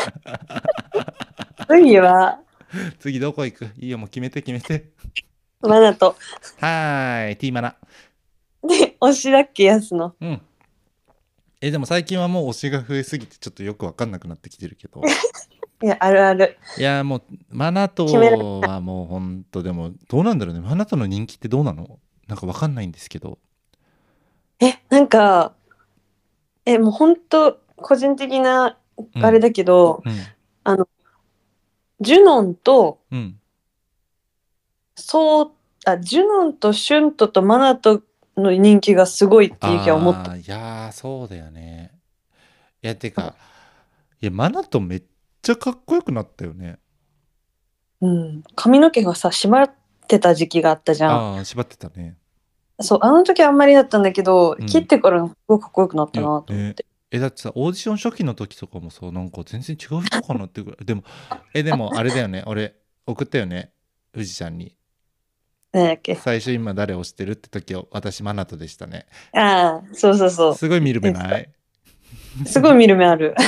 次は、 次どこ行く？いいよ、もう決めて決めて。 マナと。 はーい、ティーマナ。 で、推しだっけ、やすの。 うん。え、でも最近はもう推しが増えすぎてちょっとよくわかんなくなってきてるけど。 いや、あるある。 いや、もう、マナ決められ、 トはもうほんと、でも、どうなんだろうね。マナトの人気ってどうなの？なんかわかんないんですけど。 え、なんか、 え、もう本当個人的なうんあれだけど、 うんあの、ジュノンと、 うんそう、あ、ジュノンとシュントとマナトの人気がすごいっていう気は思った。 あーいやーそうだよね。いやてかいやマナトめっちゃかっこよくなったよね。 うん。髪の毛がさ、締まってた時期があったじゃん。 ああ縛ってたね。 そう、あの時はあんまりだったんだけど、切っうんてからすごいかっこよくなっいやたなと思っねて。 えだってさオーディション初期の時とかもさなんか全然違う人かなってぐらいでもえでもあれだよね俺送ったよね富士ちゃんに。 なんだっけ。 最初今誰をしてるって時を私マナトでしたね。 ああ、そうそうそう。 すごい見る目言ってた。 ない？ すごい見る目ある。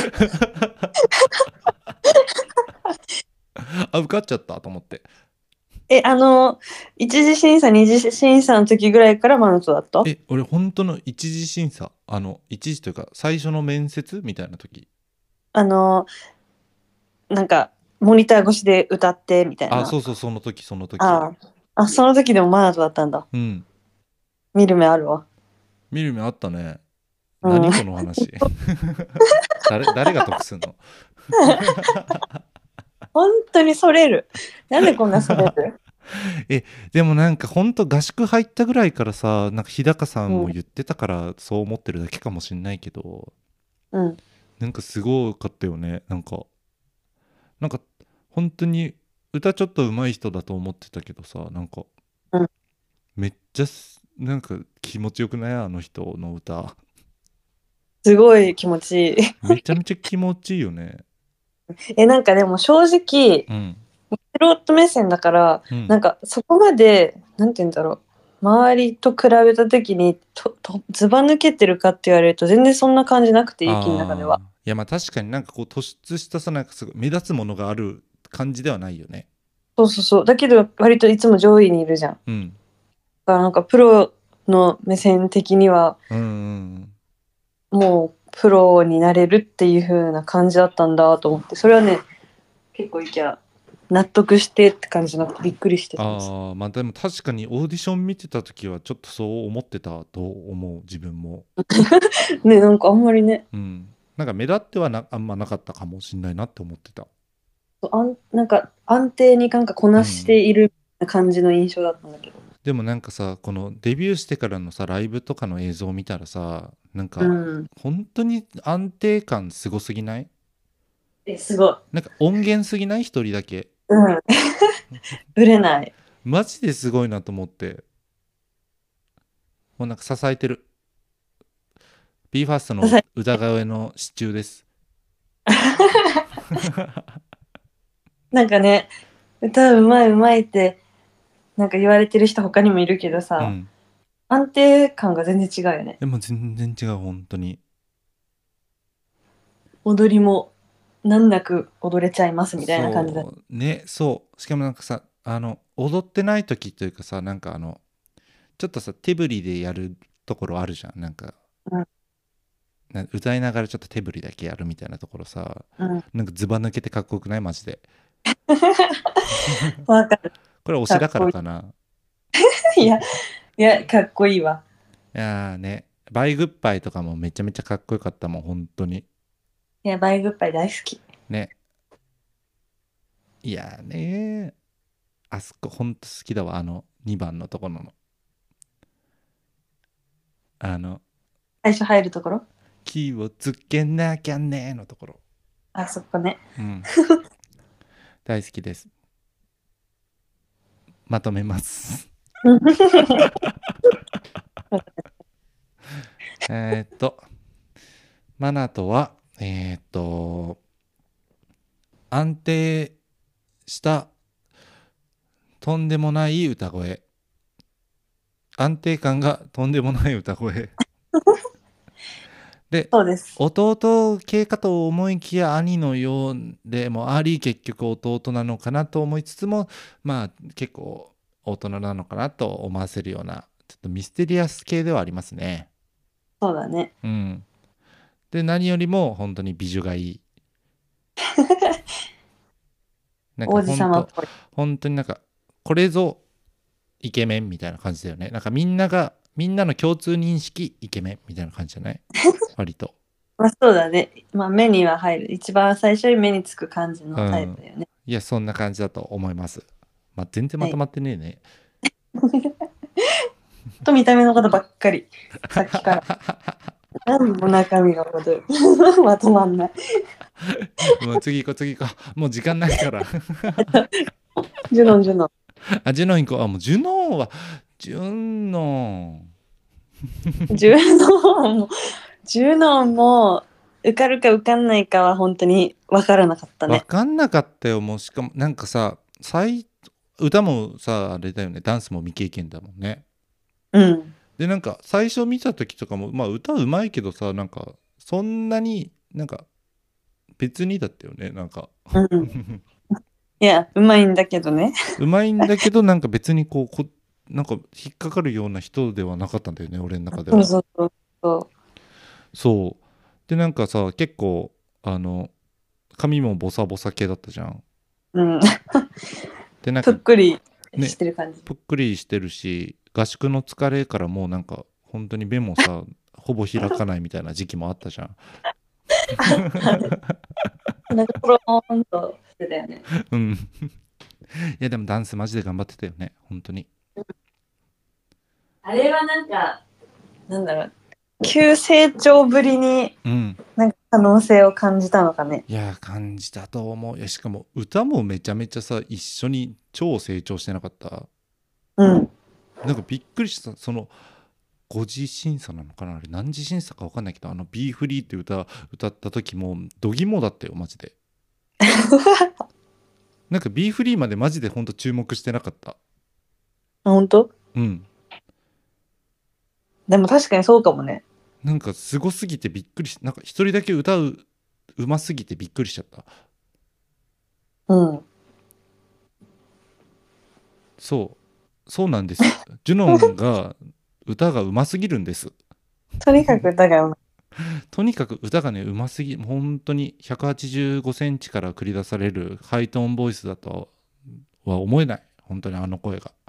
あ受かっちゃったと思って。 え、あの、一次審査、二次審査の時ぐらいからマナトだった？ え俺本当の一次審査あの一次というか最初の面接みたいな時。 あの、なんか、モニター越しで歌ってみたいな。 あそうそうその時その時。 ああ。あ、その時でもマナトだったんだ。 うん見る目あるわ。 見る目あったね。 うん。 何この話誰誰が得すんの？ 本当にそれる。なんでこんなそれる？ えでもなんかほんと合宿入ったぐらいからさなんか日高さんもうん。 言ってたからそう思ってるだけかもしんないけどうん。 なんかすごかったよね。なんかなんか本当に歌ちょっと上手い人だと思ってたけどさなんかうん。 めっちゃすなんか気持ちよくない？あの人の歌すごい気持ちいい。 めちゃめちゃ気持ちいいよね。 え、なんかでも正直、 うん素人目線だから、 うんなんかそこまで、なんて言うんだろう。周りと比べた時にととずば抜けてるかって言われると全然そんな感じなくて、ユキの中では。 あーいやまあ確かになんかこう突出したさなんかすごい目立つものがある感じではないよね。 そうそうそう。だけど割といつも上位にいるじゃん。だかうんらなんかプロの目線的にはうんうんもうプロになれるっていう風な感じだったんだと思って、それはね、結構いきゃ納得してって感じじゃなくてびっくりしてたんです。 ああまあでも確かにオーディション見てた時はちょっとそう思ってたと思う自分も。 ね、なんかあんまりね、 うんなんか目立ってはなあんまなかったかもしんないなって思ってた。 あんなんか安定になんかこなしてうんいる感じの印象だったんだけど。 でもなんかさこのデビューしてからのさライブとかの映像を見たらさなんうかん。 本当に安定感すごすぎない？ え、すごい。 なんか音源すぎない？一人だけうん。ぶれない。 マジですごいなと思って。もうなんか支えてる ビーファースト の歌声の支柱です。 なんかね、歌うまいうまいってなんか言われてる人他にもいるけどさ、 うん安定感が全然違うよね。 でも全然違う本当に。 踊りも難なく踊れちゃいますみたいな感じだ。 そうねそうしかもなんかさあの踊ってない時というかさなんかあのちょっとさ手振りでやるところあるじゃんなんかうんな歌いながらちょっと手振りだけやるみたいなところさうん。 なんかズバ抜けてかっこよくない？マジで。 わかる。 これ推しだからかっこいかな。 い。いや、いや、かっこいいわ。 いやーねバイグッバイとかもめちゃめちゃかっこよかったもん本当に。 いや、バイグッバイ大好き。 ねいやーねあそこほんと好きだわあのにばんのところのあの最初入るところ。 気をつけなきゃねのところ。 あそこね。 うん大好きです。まとめますえーっとマナトはえーっと安定したとんでもない歌声安定感がとんでもない歌声でそうです。 弟系かと思いきや兄のようでもあり結局弟なのかなと思いつつもまあ結構大人なのかなと思わせるようなちょっとミステリアス系ではありますね。 そうだね。 うんで何よりも本当に美女がいい。なんか王子本当様っぽい。 本当になんかこれぞイケメンみたいな感じだよね。なんかみんながみんなの共通認識イケメンみたいな感じじゃない？割とまあそうだね。まあ目には入る。一番最初に目につく感じのタイプだよね。 いやそんな感じだと思います。まあ全然まとまってねえね。 と見た目のことばっかり。さっきから。何も中身が戻る。まとまんない。 もう次行こう次行こう。もう時間ないから。 ジュノンジュノン。 あ、ジュノン行こう。あ、もうジュノンは、ジュノン。 ジュノンも、ジュノンも受かるか受かんないかは本当に分からなかったね。 分かんなかったよ。もうしかもなんかさ、最歌もさあれだよね、ダンスも未経験だもんね。 うん。 でなんか最初見た時とかもまあ歌うまいけどさ、なんかそんなになんか別にだったよね、なんか。 うん、いやうまいんだけどね。 うまいんだけどなんか別にこうこなんか引っかかるような人ではなかったんだよね、俺の中では。 そうそうそうそうでなんかさ結構あの髪もボサボサ系だったじゃん。 うん。 でなんかぷっくりねしてる感じ。 ぷっくりしてるし、合宿の疲れからもうなんか本当に目もさほぼ開かないみたいな時期もあったじゃん。 なんかポローンとしてたよね。 うん。いやでもダンスマジで頑張ってたよね、本当に。 あれはなんかなんだろう、急成長ぶりにうん。 なんか可能性を感じたのかね。 いや感じたと思う。いやしかも歌もめちゃめちゃさ一緒に超成長してなかった？ うん。 なんかびっくりした。そのご次審査なのかな、あれ何次審査か分かんないけど、あの「ビーフリー」って歌歌った時も度肝だったよマジで。なんか「ビーフリー」までマジでほんと注目してなかった。 あ、本当？ うん。 でも確かにそうかもね。 なんかすごすぎてびっくりし、なんか一人だけ歌ううますぎてびっくりしちゃった。 うん。 そうそうなんです。ジュノンが歌がうますぎるんです。 とにかくだからとにかく歌がねうますぎ、本当にひゃくはちじゅうごセンチから繰り出されるハイトーンボイスだとは思えない、本当にあの声が。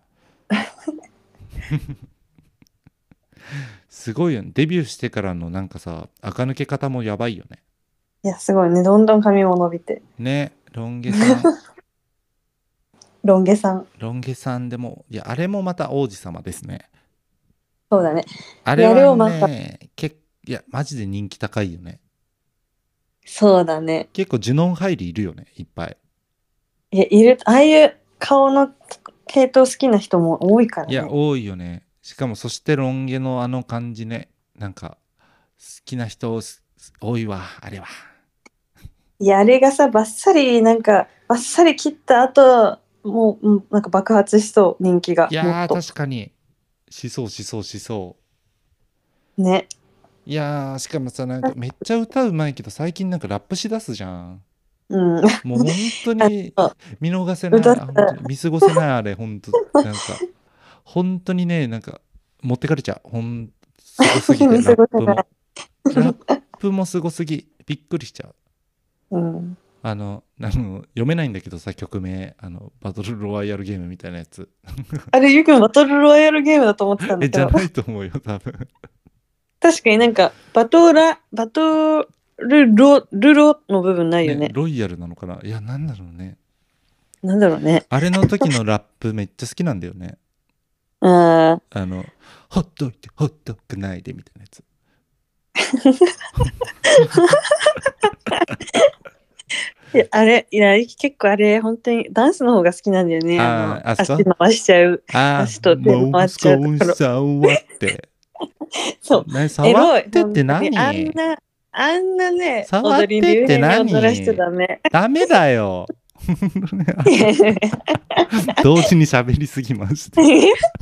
すごいよね。デビューしてからのなんかさ垢抜け方もやばいよね。 いやすごいね、どんどん髪も伸びて。 ね、ロン毛さん。 ロン毛さん。 ロン毛さんでも、いやあれもまた王子様ですね。 そうだね。 あれいやでもはまたねけいやマジで人気高いよね。 そうだね。 結構ジュノン入りいるよね、いっぱい。 いやいる、ああいう顔の系統好きな人も多いからね。 いや多いよね。しかもそしてロン毛のあの感じね、なんか好きな人多いわあれは。 いやあれがさバッサリなんかバッサリ切った後もう、うん、なんか爆発しそう、人気がいやーもっと確かにしそうしそうしそね。 う。いやーしかもさなんかめっちゃ歌うまいけど最近なんかラップしだすじゃん。 うん。 もう本当にあの見逃せない、 歌っあ本当にた見過ごせないあれ本当なんか本当にねなんか持ってかれちゃう、ほんすごすぎて見過ラップもごせない。 ラップもすごすぎびっくりしちゃう。 うん。 あのあの読めないんだけどさ曲名、あのバトルロワイヤルゲームみたいなやつ。 あれゆきもバトルロワイヤルゲームだと思ってたんだけどえじゃないと思うよ多分。 確かになんかバトラバトルロルロの部分ないよね。 ねロイヤルなのかな、いやなんだろうね。 なんだろうね。 あれの時のラップめっちゃ好きなんだよね。 ああ。 あのほっといてほっとくないでみたいなやつ。 いやあれいや結構あれ本当にダンスの方が好きなんだよね。あのあーあそこ足回しちゃう。 あ足と手もう回っちゃうところ。 少し触ってそうなエ触ロい。 ってって本当にあん何、 なあんなね触って踊り流って 々に踊らしちゃ何、 ダメ。 ダメだよ。同時に喋りすぎました。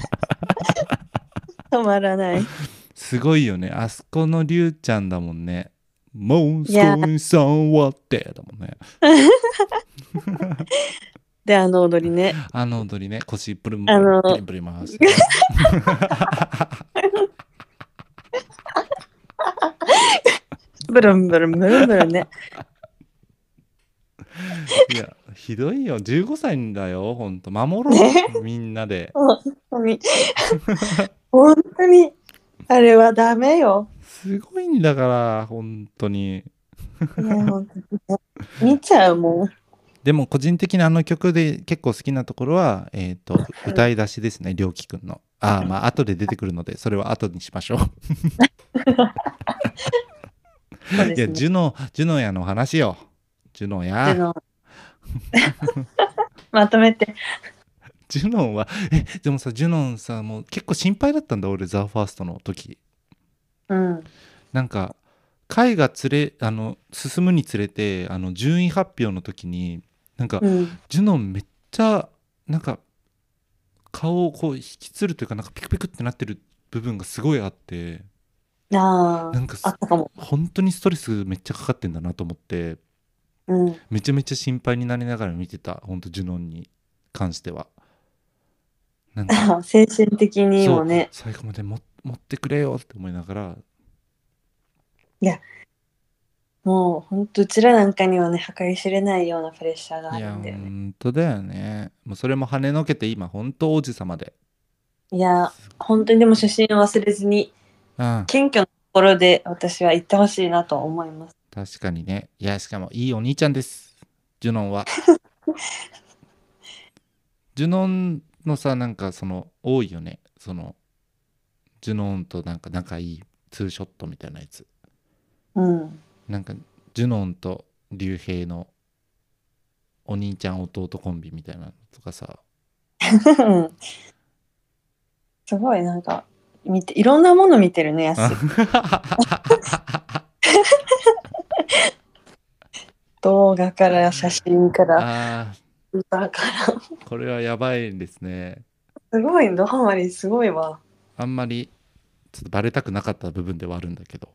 止まらない。 すごいよね、あそこのりゅうちゃんだもんね。もういや少し触ってだもんね。 であの踊りね。 あの踊りね、腰プルンプあのルンプリンプリン回して。 ブルンブルンブルンブルンね。 いやひどいよ、じゅうごさいだよほんと、守ろう、 ねみんなで。 本当に本当にあれはダメよ。 すごいんだから本当に。 いや、ほんと見ちゃうもん。 でも個人的にあの曲で結構好きなところは、えっ、と歌い出しですね、りょうきくんの。ああ、まあ後で出てくるのでそれは後にしましょう。いや、 そうですね。 ジュノジュノヤの話よ。ジュノジュヤ。 ノンまとめて。 ジュノンはえでもさ、ジュノンさ、もう結構心配だったんだ俺、ザ・ファーストの時。 うん。 なんか回がつれあの進むにつれて、あの順位発表の時になんか、 うん。 ジュノンめっちゃなんか顔をこう引きつるというか、なんかピクピクってなってる部分がすごいあって、 あなんかあ、あったかも。 本当にストレスめっちゃかかってんだなと思って、 うん。 めちゃめちゃ心配になりながら見てた、本当ジュノンに関しては。なんか精神的にそうもね。 最後までも持ってくれよって思いながら。 いや、もうほんとうちらなんかにはね、計り知れないようなプレッシャーがあるいやんだよね。 本当だよね。もうそれも跳ねのけて今本当王子様で。 いや、本当にでも初心を忘れずに、 うん、 謙虚なところで私は行ってほしいなと思います。 確かにね。いやしかもいいお兄ちゃんです、ジュノンは。ジュノンのさ、なんかその多いよね、そのジュノンとなんか仲いいツーショットみたいなやつ。 うん。 なんかジュノンと竜兵のお兄ちゃん弟コンビみたいなのとかさ。 すごいなんか、見て、いろんなもの見てるね、やす。動画から写真からあ歌から。 ーこれはやばいですね。 すごい、ドハマりすごいわ。 あんまりちょっとバレたくなかった部分ではあるんだけど。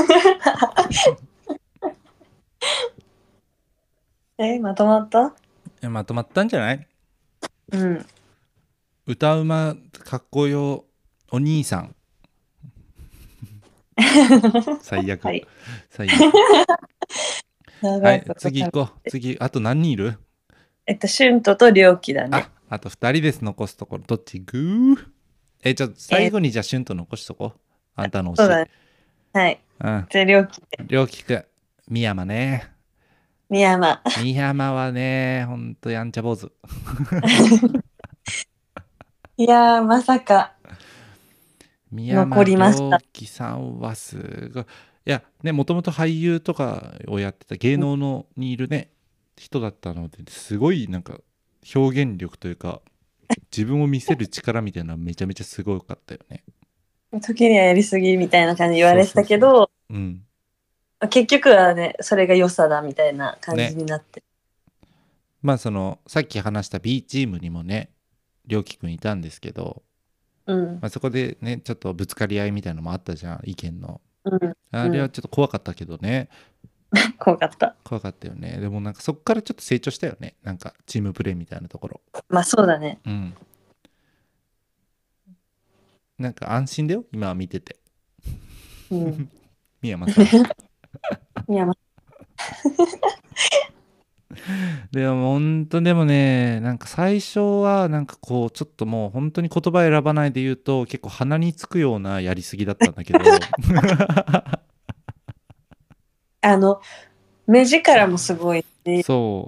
え、まとまった？ えまとまったんじゃない？ うん。 歌うまかっこよお兄さん。最悪、 はい。 最悪。は長いい、 こと喋っ次行こう。次、あと何人いる？ えっと、シュントとリョウキだね。 あ、あとふたりです。残すところ。どっちグー？え、ちょっと最えー、 後にじゃあシュンと残しとこう。あんたの推し。 そうだね。はい。 うん。 じゃあ、リョウキで。 りょうきくん。みやまね。 深山。 みやまはね、ほんとやんちゃ坊主。 いやー、まさかみや残まりりました。 ょうきさんはすごい。いや、ね、もともと俳優とかをやってた芸能のにいるね、人だったので、すごいなんか表現力というか、自分を見せる力みたいなのめちゃめちゃすごかったよね。 時にはやりすぎみたいな感じで言われてそうそうそう。 たけど、 うん。 結局はね、それが良さだみたいな感じね。 になって。 まあその、さっき話した B チームにもね、りょうきくんいたんですけど、 うん。 まあ、そこでね、ちょっとぶつかり合いみたいなのもあったじゃん、意見の。 うん。 あれはうん。 ちょっと怖かったけどね。 怖かった。 怖かったよね。でもなんかそこからちょっと成長したよね。なんかチームプレーみたいなところ。 まあそうだね。 うん。なんか安心だよ、今は見てて。 うん。 三山さん。 いや、までも本当でもね、なんか最初はなんかこう、ちょっともう本当に言葉選ばないで言うと、結構鼻につくようなやりすぎだったんだけど。 あの、目力もすごいし、 そう。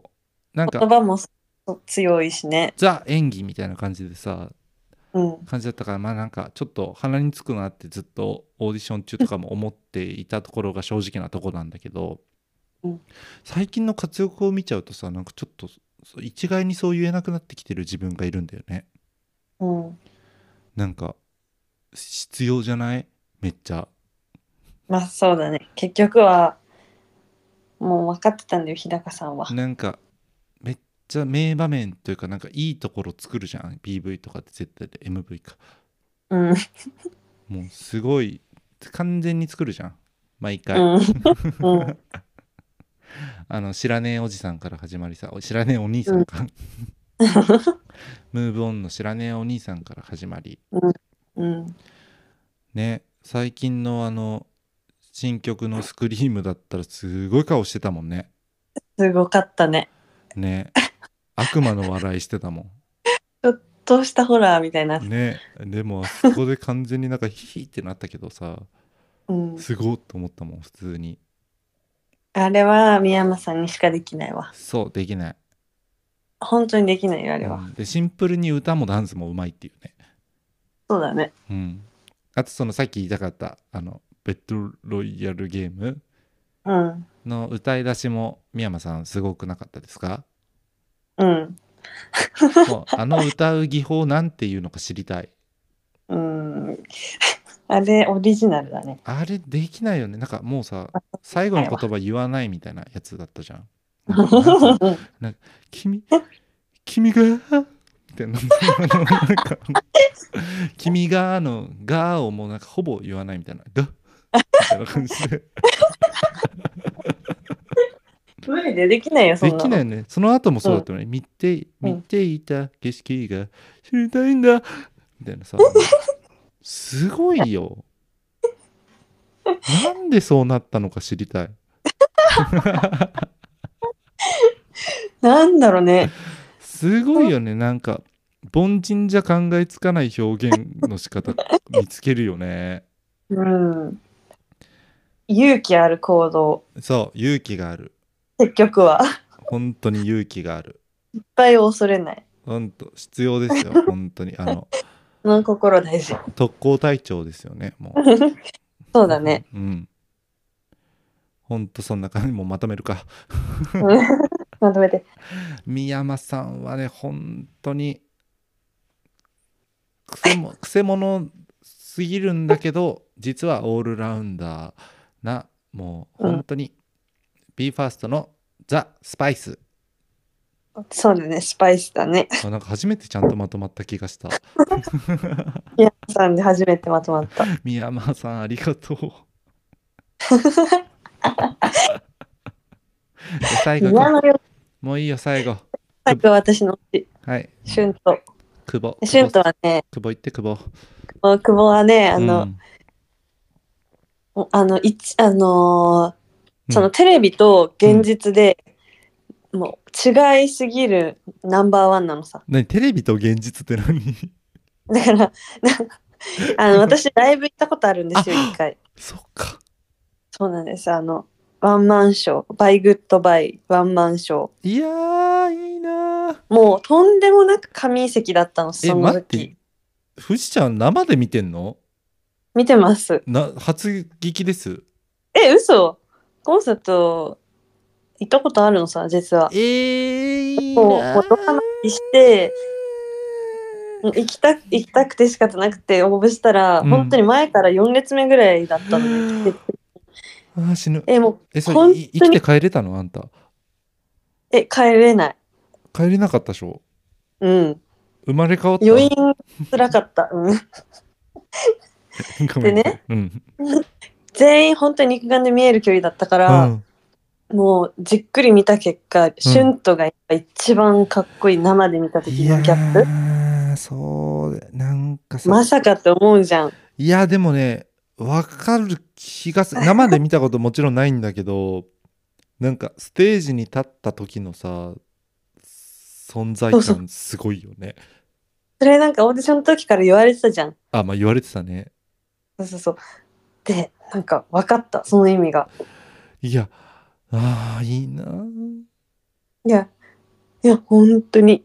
なんか言葉も強いしね。 ザ演技みたいな感じでさ、 うん。 感じだったから、まあなんかちょっと鼻につくなってずっとオーディション中とかも思っていたところが正直なところなんだけど、 うん、 最近の活躍を見ちゃうとさ、なんかちょっとそう一概にそう言えなくなってきてる自分がいるんだよね。 うん。 なんか必要じゃない？めっちゃ。 まあそうだね。結局は、もう分かってたんだよ、日高さんは。 なんかめっちゃ名場面というか、なんかいいところ作るじゃん、 ピーブイ とかって絶対で エムブイ か。 うん。 もうすごい完全に作るじゃん毎回。 うん。うん。 あの知らねえおじさんから始まりさ、知らねえお兄さうん。 んかムーブオンの知らねえお兄さんから始まりうん。うん。 ね、最近のあの新曲のスクリームだったらすごい顔してたもんね。 すごかったね。 ね、悪魔の笑いしてたもちょっとしたホラーみたいな。 んね。でもあそこで完全になんかヒヒってなったけどさ、 うん。 すごっと思ったもん普通に。 あれは宮山さんにしかできないわ。 そうできない、 本当にできないよ、あれは。 うん、でシンプルに歌もダンスもうまいっていうね。 そうだね。 うん、あとそのさっき言いたかったあのベッドロイヤルゲームうん。 の歌い出しも宮山さんすごくなかったですか？ うん。 もうあの歌う技法なんていうのか知りたい。 うん。あれ、オリジナルだね。 あれできないよね。なんかもうさ最後の言葉言わないみたいなやつだったじゃん。なんかなんつうのなんか君君がみたいななんか君がのがをもうなんかほぼ言わないみたいながみたいな感じで無理でできないよ、そんなの。 できないよね。その後もそうだったのね、見て見ていた景色が知りたいんだみたいなさすごいよ。なんでそうなったのか知りたい。 なんだろうね。 すごいよね。なんか凡人じゃ考えつかない表現の仕方見つけるよね。 うん。勇気ある行動。 そう勇気がある。 結局は。 本当に勇気がある。 いっぱい恐れない。 本当必要ですよ。本当にあのその心大事。 特攻隊長ですよね。もうそうだね。 うん本当そんな感じ。もうまとめるか。 まとめて。 三山さんはね本当にくせもくせ者すぎるんだけど実はオールラウンダーなもう本当に ビーファースト のザ・スパイス。 そうだね。スパイスだね。 あなんか初めてちゃんとまとまった気がした。 宮山さんで初めてまとまった。 三山さんありがとう。で最後宮のよ。 もういいよ最後。 最後私のうち。 はいシュンと。 久保シュンとはね、 久保言って久保。 久保はね、あの、 うんあの、いち、あのーうんそのテレビと現実で、もう違いすぎるナンバーワンなのさ。 何テレビと現実って何？ だから、なあの、私ライブ行ったことあるんですよ、一回。 そっか。 そうなんです。あの、ワンマンショー、バイグッドバイ、ワンマンショいやーいいなー。 ー。もうとんでもなく神席だったの、 えその待って時。 富士ちゃん生で見てんの？ 見てます。 な初聞きです。 え、嘘コンサート行ったことあるのさ、実は。 えー、いいもう、 なもうドハマりして、もう行きた行きたくて仕方なくて応募したら、 うん本当に前からよん列目ぐらいだったのね。 あー死ぬ。 え、もう、 えそれ本い生当に、 きて帰れたのあんた？ え、帰れない。 帰れなかったでしょ？ うん。 生まれ変わった。 余韻辛かった。うん。 ごめんでね、 うん全員本当に肉眼で見える距離だったかうら、 んもうじっくり見た結果、シュントがやっぱ一番かっこいい、生で見た時いやのギャップ。 ーそうなんかさまさかって思うじゃん。 いやでもねわかる気がする。生で見たこともちろんないんだけどなんかステージに立った時のさ存在そうそう感すごいよね。 それなんかオーディションの時から言われてたじゃん。 あまあ言われてたね。 そうそうそう。で、なんか分かった、その意味が。 いやあーいいなー。 いや、いや、本当に。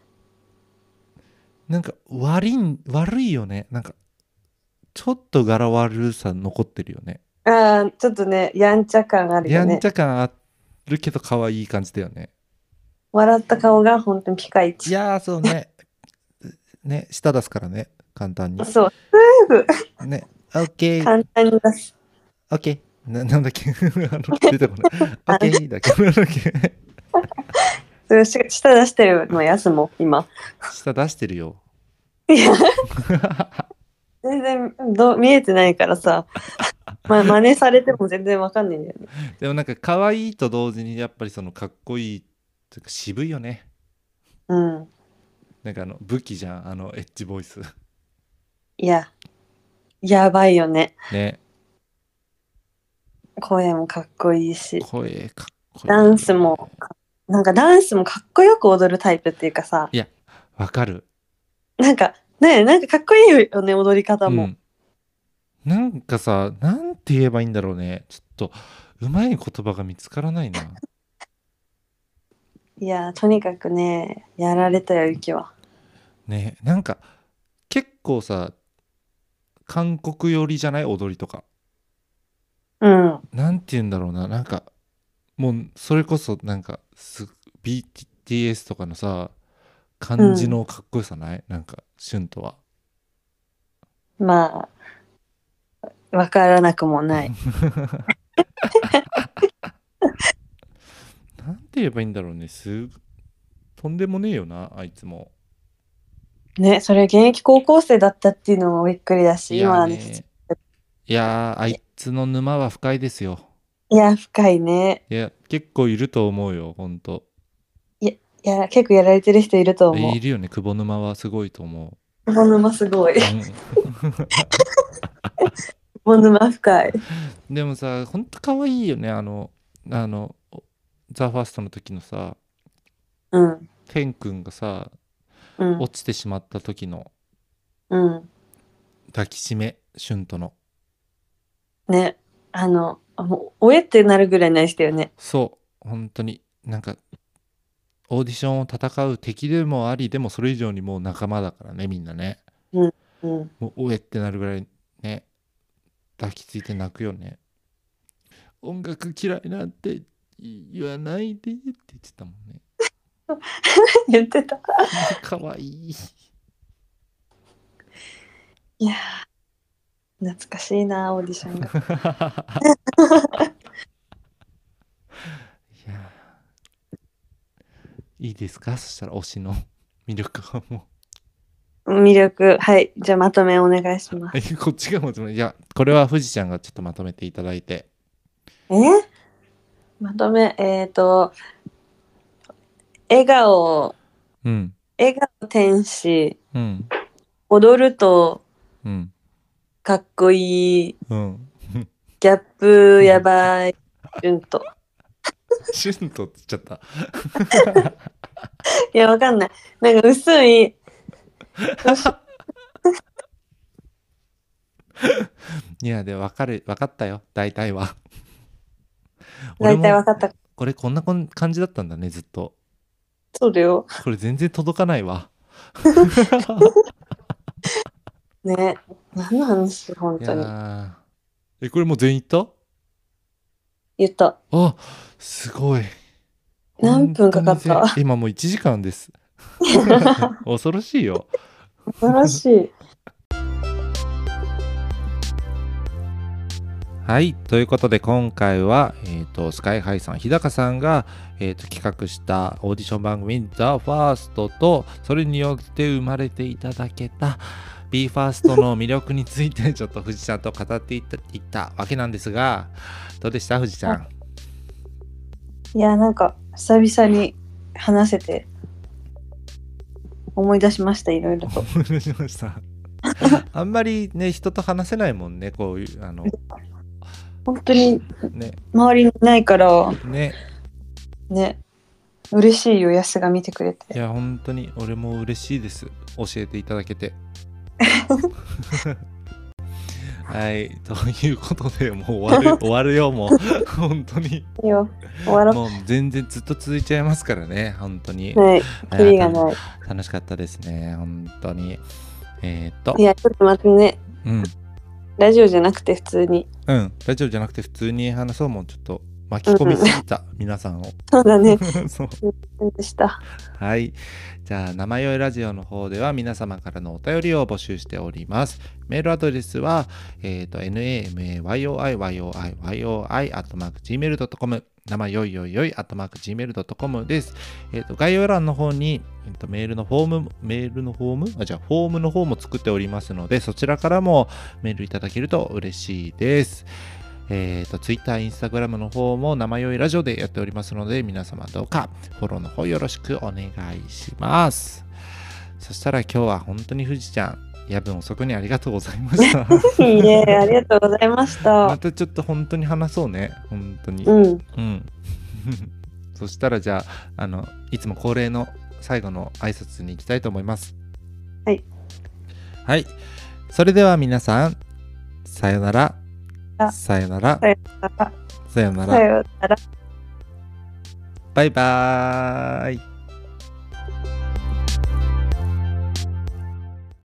なんか悪いん悪いよね。なんかちょっと柄悪さ残ってるよね。 ああ、ちょっとね、やんちゃ感あるよねやんち。ゃ感あるけど可愛い感じだよね。 笑った顔が本当にピカイチ。 いやーそうねね舌出すからね簡単にそう、すぐね。オッケー簡単に出す。 オッケーななんだっけあの出てこないオッケーだっけなんだっけすぐし舌出してるのやすも今。 舌出してるよ。 いや、全然どう見えてないからさ、まあ、真似されても全然わかんないんだよね。 でもなんか可愛いと同時にやっぱりそのかっこいいというか渋いよね。 うん。 なんかあの武器じゃんあのエッジボイスいや、やばいよね。 ね。 声もかっこいいし、 声かっこいい。 ダンスもか、なんかダンスもかっこよく踊るタイプっていうかさ、 いやわかる。 なんかね、なんかかっこいいよね、踊り方も。 うん、 なんかさ、なんて言えばいいんだろうね。ちょっとうまい言葉が見つからないな。 いや、とにかくね、やられたよ、ゆきは。 ね、なんか結構さ、韓国寄りじゃない踊りとか。 うん。 なんて言うんだろうな。なんかもうそれこそなんかす ビーティーエス とかのさ、感じうん。 のかっこよさない？なんかシュンとは。 まあ、わからなくもない。 なんて言えばいいんだろうね。すとんでもねえよな、あいつも。 ね、それ現役高校生だったっていうのもびっくりだし、 いや今はね、普通。 ね、いやー、あいつの沼は深いですよ。 いや、深いね。 いや、結構いると思うよ、ほんと。 いや、いや、結構やられてる人いると思いるよね、久保沼はすごいと思う。こ沼すごい。 う。うん。 こ沼深い。 でもさ、ほんと可愛いよね、あの、あの、ザ・ファーストの時のさ、 うん、 ケン君がさ、 うん、 落ちてしまった時のうん。 抱きしめ、シュンとの。 ね、あの、あもう、おえってなるぐらいないしたよね。 そう、本当に、なんか、オーディションを戦う敵でもあり、でもそれ以上にもう仲間だからね、みんなね。 うん、うん。 もう、おえってなるぐらいね、抱きついて泣くよね。音楽嫌いなんて言わないでって言ってたもんね。 言ってた。 かわいい。 いやー、懐かしいな、オーディションが。 いや、いいですか、そしたら推しの魅力はも魅力、はい。じゃあまとめお願いしまう。 す。 こっちがまとめ、いや、これは富士ちゃんがちょっとまとめていただいて。 えまとめ、えっ、ー、と、笑顔、 うん。 笑顔天使、 うん。 踊るとうん。 かっこいい、 うん。 ギャップやばい、うんと。 シュンとっつっちゃった。 いや、わかんない。なんか薄い、 いや、で、わかる、わかったよ、大体は。俺大体わも、 かった。 これこんなこん感じだったんだね、ずっと。 そうだよ。 これ全然届かないわ。 ね。何の話、本い当に。 やー、え、これもう全員言っ言った。 た？あ、すごい。 何分本当かかった？ に全今もういちじかんです。恐ろしいよ。 素晴らしい。 はい、ということで今回は、えー、とスカイハイさん、日高さんが、えー、と企画したオーディション番組 ザ・ファーストと、それによって生まれていただけた ビーファーストの魅力についてちょっと藤ちゃんと語っていった、いったわけなんですが、どうでした藤ちゃん？ いや、なんか、久々に話せて、思い出しました、いろいろと。 思い出しました。あんまりね、人と話せないもんね、こういうあの本当に、 ね周りにいないから、 ねね、嬉しいよ、ヤスが見てくれいて。 や本当に俺も嬉しいです、教えていただけて。はい、ということでもう終わる終わるよ、もう本当に。 いいよ、終わろもう全然ずっと続いちゃいますからね、本当に。 う。はい、キリがない。 楽しかったですね、本当に。えー、っといや、ちょっと待ってね。 うん、 ラジオじゃなくて普通に。 うん、ラジオじゃなくて普通に話そう。もうちょっと巻き込みすぎた、皆さんを。 そうだね。 そうそうでした。 はい。じゃあ、生よいラジオの方では皆様からのお便りを募集しております。メールアドレスは、えっ、ー、と、ナマヨイヨイヨイアットマーク ジーメールドットコム、生よいよいよいアットマーク ジーメールドットコム です。えっ、ー、と、概要欄の方に、えーと、メールのフォーム、メールのフォームあ、じゃあ、フォームの方も作っておりますので、そちらからもメールいただけると嬉しいです。えっ、ー、と、Twitter、Instagram の方も生よいラジオでやっておりますので、皆様どうかフォローの方よろしくお願いします。そしたら今日は本当に富士ちゃん、夜分遅くにありがとうございました。 いいえ、ありがとうございました。 またちょっと本当に話そうね、本当に。 うん。 うん。そしたらじゃあ、あの、いつも恒例の最後の挨拶に行きたいと思います。 はい。 はい。それでは皆さん、 さよなら。 あさよなら。 さよなら。 さよなさら。 よなら。 バイバーイ。